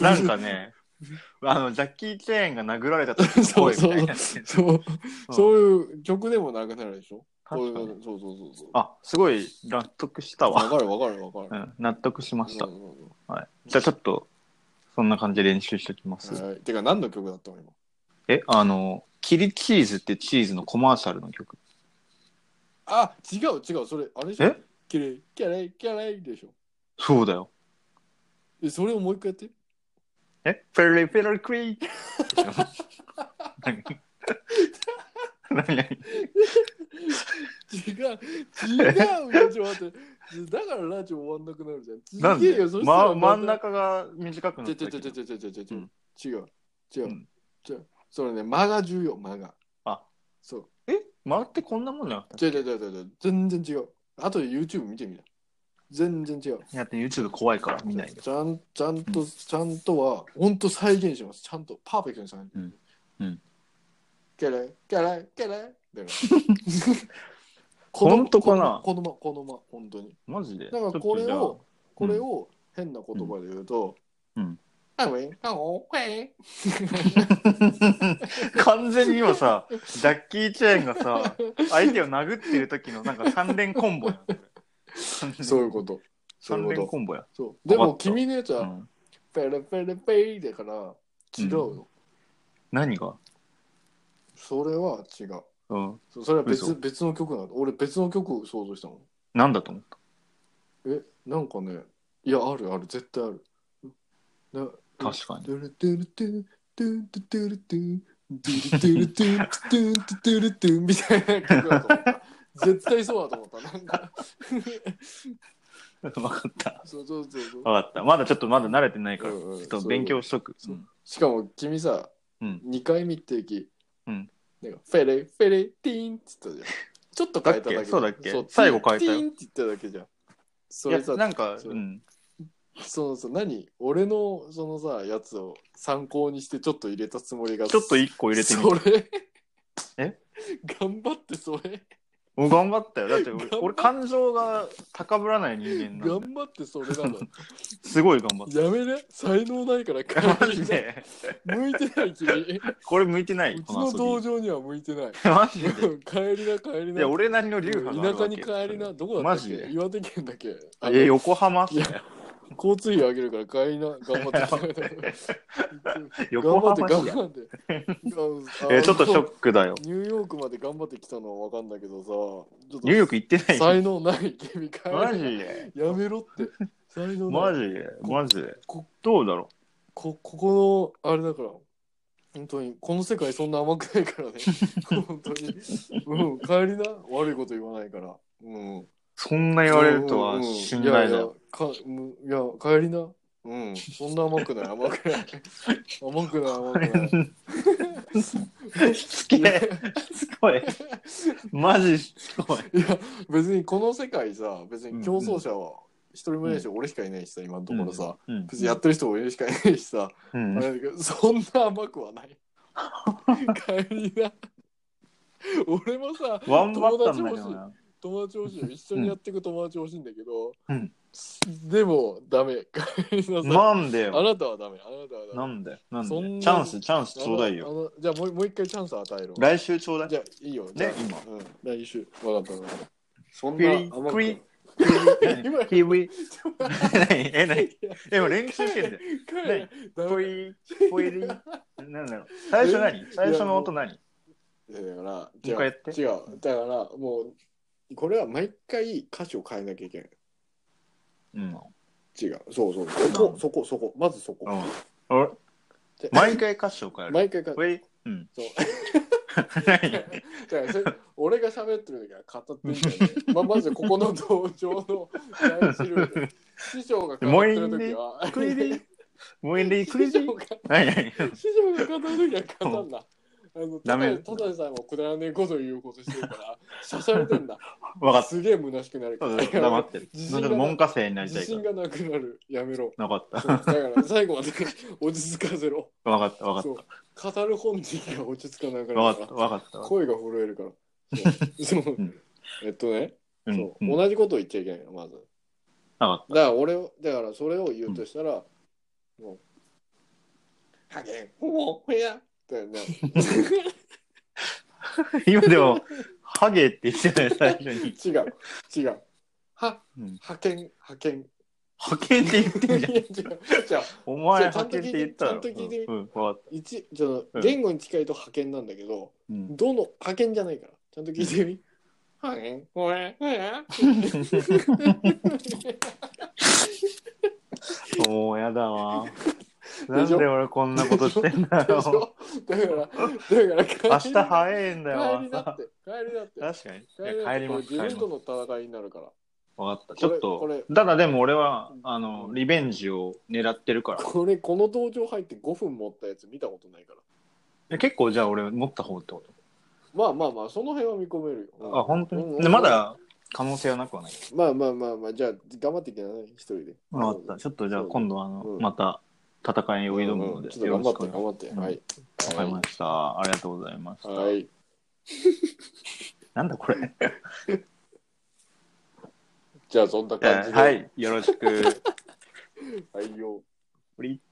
なんかね、あのジャッキー・チェーンが殴られた時の声みたいな。 そうそういう曲でもなくなるでしょ。そうそうそうそう。 あ、すごい納得したわ。 わかるわかるわかる、 うん。納得しました。はい。じゃあちょっとそんな感じで練習しておきます。 はい。てか何の曲だったの今？ え、あのキリチーズってチーズのコマーシャルの曲。 あ、違う違う、それあれでしょ。え？キレイキャレイキャレイでしょ。 そうだよ。 え、それをもう一回やって。 え？フェリフェリクリー。何？何何？ 違う違うよ、ちょっと待って。だからラジオ終わんなくなるじゃん。 なんで？そしたらま、真ん中が短くなっちゃう。違う違う違う違う違う違う、うん、違う違う、うん、違う。それね、間が重要、間が。 あ、 そう。 え？間ってこんなもんじゃなかった？ 違う違う違う違う、全然違う。あとで YouTube 見てみた。全然違う。 やって YouTube 怖いから見ないで。 ちゃんちゃんと、うん、ちゃんとは本当再現します。ちゃんとパーフェクトに再現。うんうん。ケレケレケレ。 本当かな？ このまこのま本当に。 マジで。 だからこれをこれを変な言葉で言うと、うん。完全に今さ、ジャッキー・チェーンがさ、相手を殴ってる時のなんか三連コンボやん。 そういうこと。 三連コンボや。 そう。でも君のやつは、うん、ペレペレペイだから違うの、うん。何が？ それは違う。うん。それは別別の曲なの。俺別の曲を想像したの。 なんだと思った？ え、なんかね、いやあるある絶対ある。 な確かに。 トゥルトゥルトゥトゥトゥトゥルトゥトゥルトゥルトゥトゥトゥトゥルトゥみたいな曲だと思った。絶対そうだと思った。なんか分かった。 そうそうそうそう。 分かった。まだちょっとまだ慣れてないから、うんうん、ちょっと勉強しとく。 うん、しかも君さ、うん、にかい見てき、うん、なんかフェレフェレティーンって言ったじゃん。ちょっと変えただけ。 そうだっけ？最後変えたよ。 ティーンって言っただけじゃん。 それさなんかそう、うん、そうそう何俺のそのさやつを参考にしてちょっと入れたつもりがちょっと一個入れてみた。 それえ頑張ってそれもう頑張ったよ。だって俺俺感情が高ぶらない人間なんだ。 頑張ってそれなの。 すごい頑張った。 やめね、才能ないからマジで向いてない君。 これ向いてない。 うちの道場には向いてない。 マジで帰りな帰りな。 いや俺なりの流派があるわけ。 田舎に帰りな。どこだったっけ？岩手県だっけ？ え横浜っすね。 交通費あげるから帰りな頑張って横浜頑張ってえちょっとショックだよ。 ニューヨークまで頑張ってきたのは分かんだけどさ、ちょっとニューヨーク行ってない。 才能ない君帰りマジでやめろって才能ない。 マジでマジでどうだろう。 こここのあれだから本当にこの世界そんな甘くないからね本当に、うん、帰りな悪いこと言わないから、うん、そんな言われるとは信頼だよ。 かいや帰りな、うん、そんな甘くない甘くない甘くない甘くないすげえすごいマジすごい。 いや別にこの世界さ別に競争者は一人もいないし、うん、俺しかいないしさ今のところさ、うん、別にやってる人も俺しかいないしさ、うん、あれだけどそんな甘くはない帰りな俺もさ友達欲しい友達欲しいよ一緒にやっていく友達欲しいんだけど、うん、でもダメ帰りなさい。 なんでよ。 あなたはダメあなたはダメ。 なんでなんでチャンスチャンスちょうだいよ。 あのあのじゃあもうもう一回チャンス与える。 来週ちょうだい。 じゃあいいよね今、 うん、来週分かった分かった。そんな甘くキウイえ何今練習してんだよ。ポイポイリなんだろう最初何最初の音何だから違う違うだからもうこれは毎回歌詞を変えなきゃいけない。うん。違うそうそうそこそこそこまずそこ。 うん。毎回歌詞を変える。 毎回変える。 うん。そう。 じゃあそれ俺が喋ってる時は語ってんじゃねまあまずここの道場の第一ルール師匠が語ってる時はクリリもういいクリリ師匠が師匠が語る時は語んな。あのダメただでさえもくだらねえこと言うことしてるから刺されてんだ。 分かった。 すげえ虚しくなるから。 黙ってる。門下生になりたいから。自信がなくなる。やめろ。 なかった。 だから最後まで落ち着かせろ。 分かった分かった。語る本人が落ち着かなくなるから。分かった分かった。 声が震えるから。そうそう、うん、えっとね、うん、そう、うん、同じことを言っちゃいけないのまず。 分かった。 だから俺だからそれを言うとしたら、うん、もうハゲほほやってね。 今でもハゲって言ってたよ最初に。 違う違う。は、うん、派遣派遣派遣って言ってんじゃん。違うじゃお前派遣って言ったら。 ちゃんと聞いてみ。 うん、分かった。 一ちょ言語に近いと派遣なんだけど、うん、どの派遣じゃないからちゃんと聞いてみ。派遣ほやほや。 もうやだわ。なんで俺こんなことしてんだよ。 だからだから明日早いんだよ。 帰りだって帰りだって。 確かに。 帰ります。自分との戦いになるから。 分かった。ちょっとただでも俺はあのリベンジを狙ってるから。 これこの道場入ってごふん持ったやつ見たことないから。 結構じゃあ俺持った方ってこと。 まあまあまあその辺は見込めるよ。 うん、あ本当に。うん、でまだ可能性はなくはない。 まあまあまあまあじゃあ頑張っていけない一人で。 分かった。ちょっとじゃあ今度あの、うん、また。戦いを挑むので、うんうん、 ちょっと頑張って頑張って、うん、はいわかりました、はい、ありがとうございました。 はいなんだこれじゃあそんな感じではいよろしくはいよフリ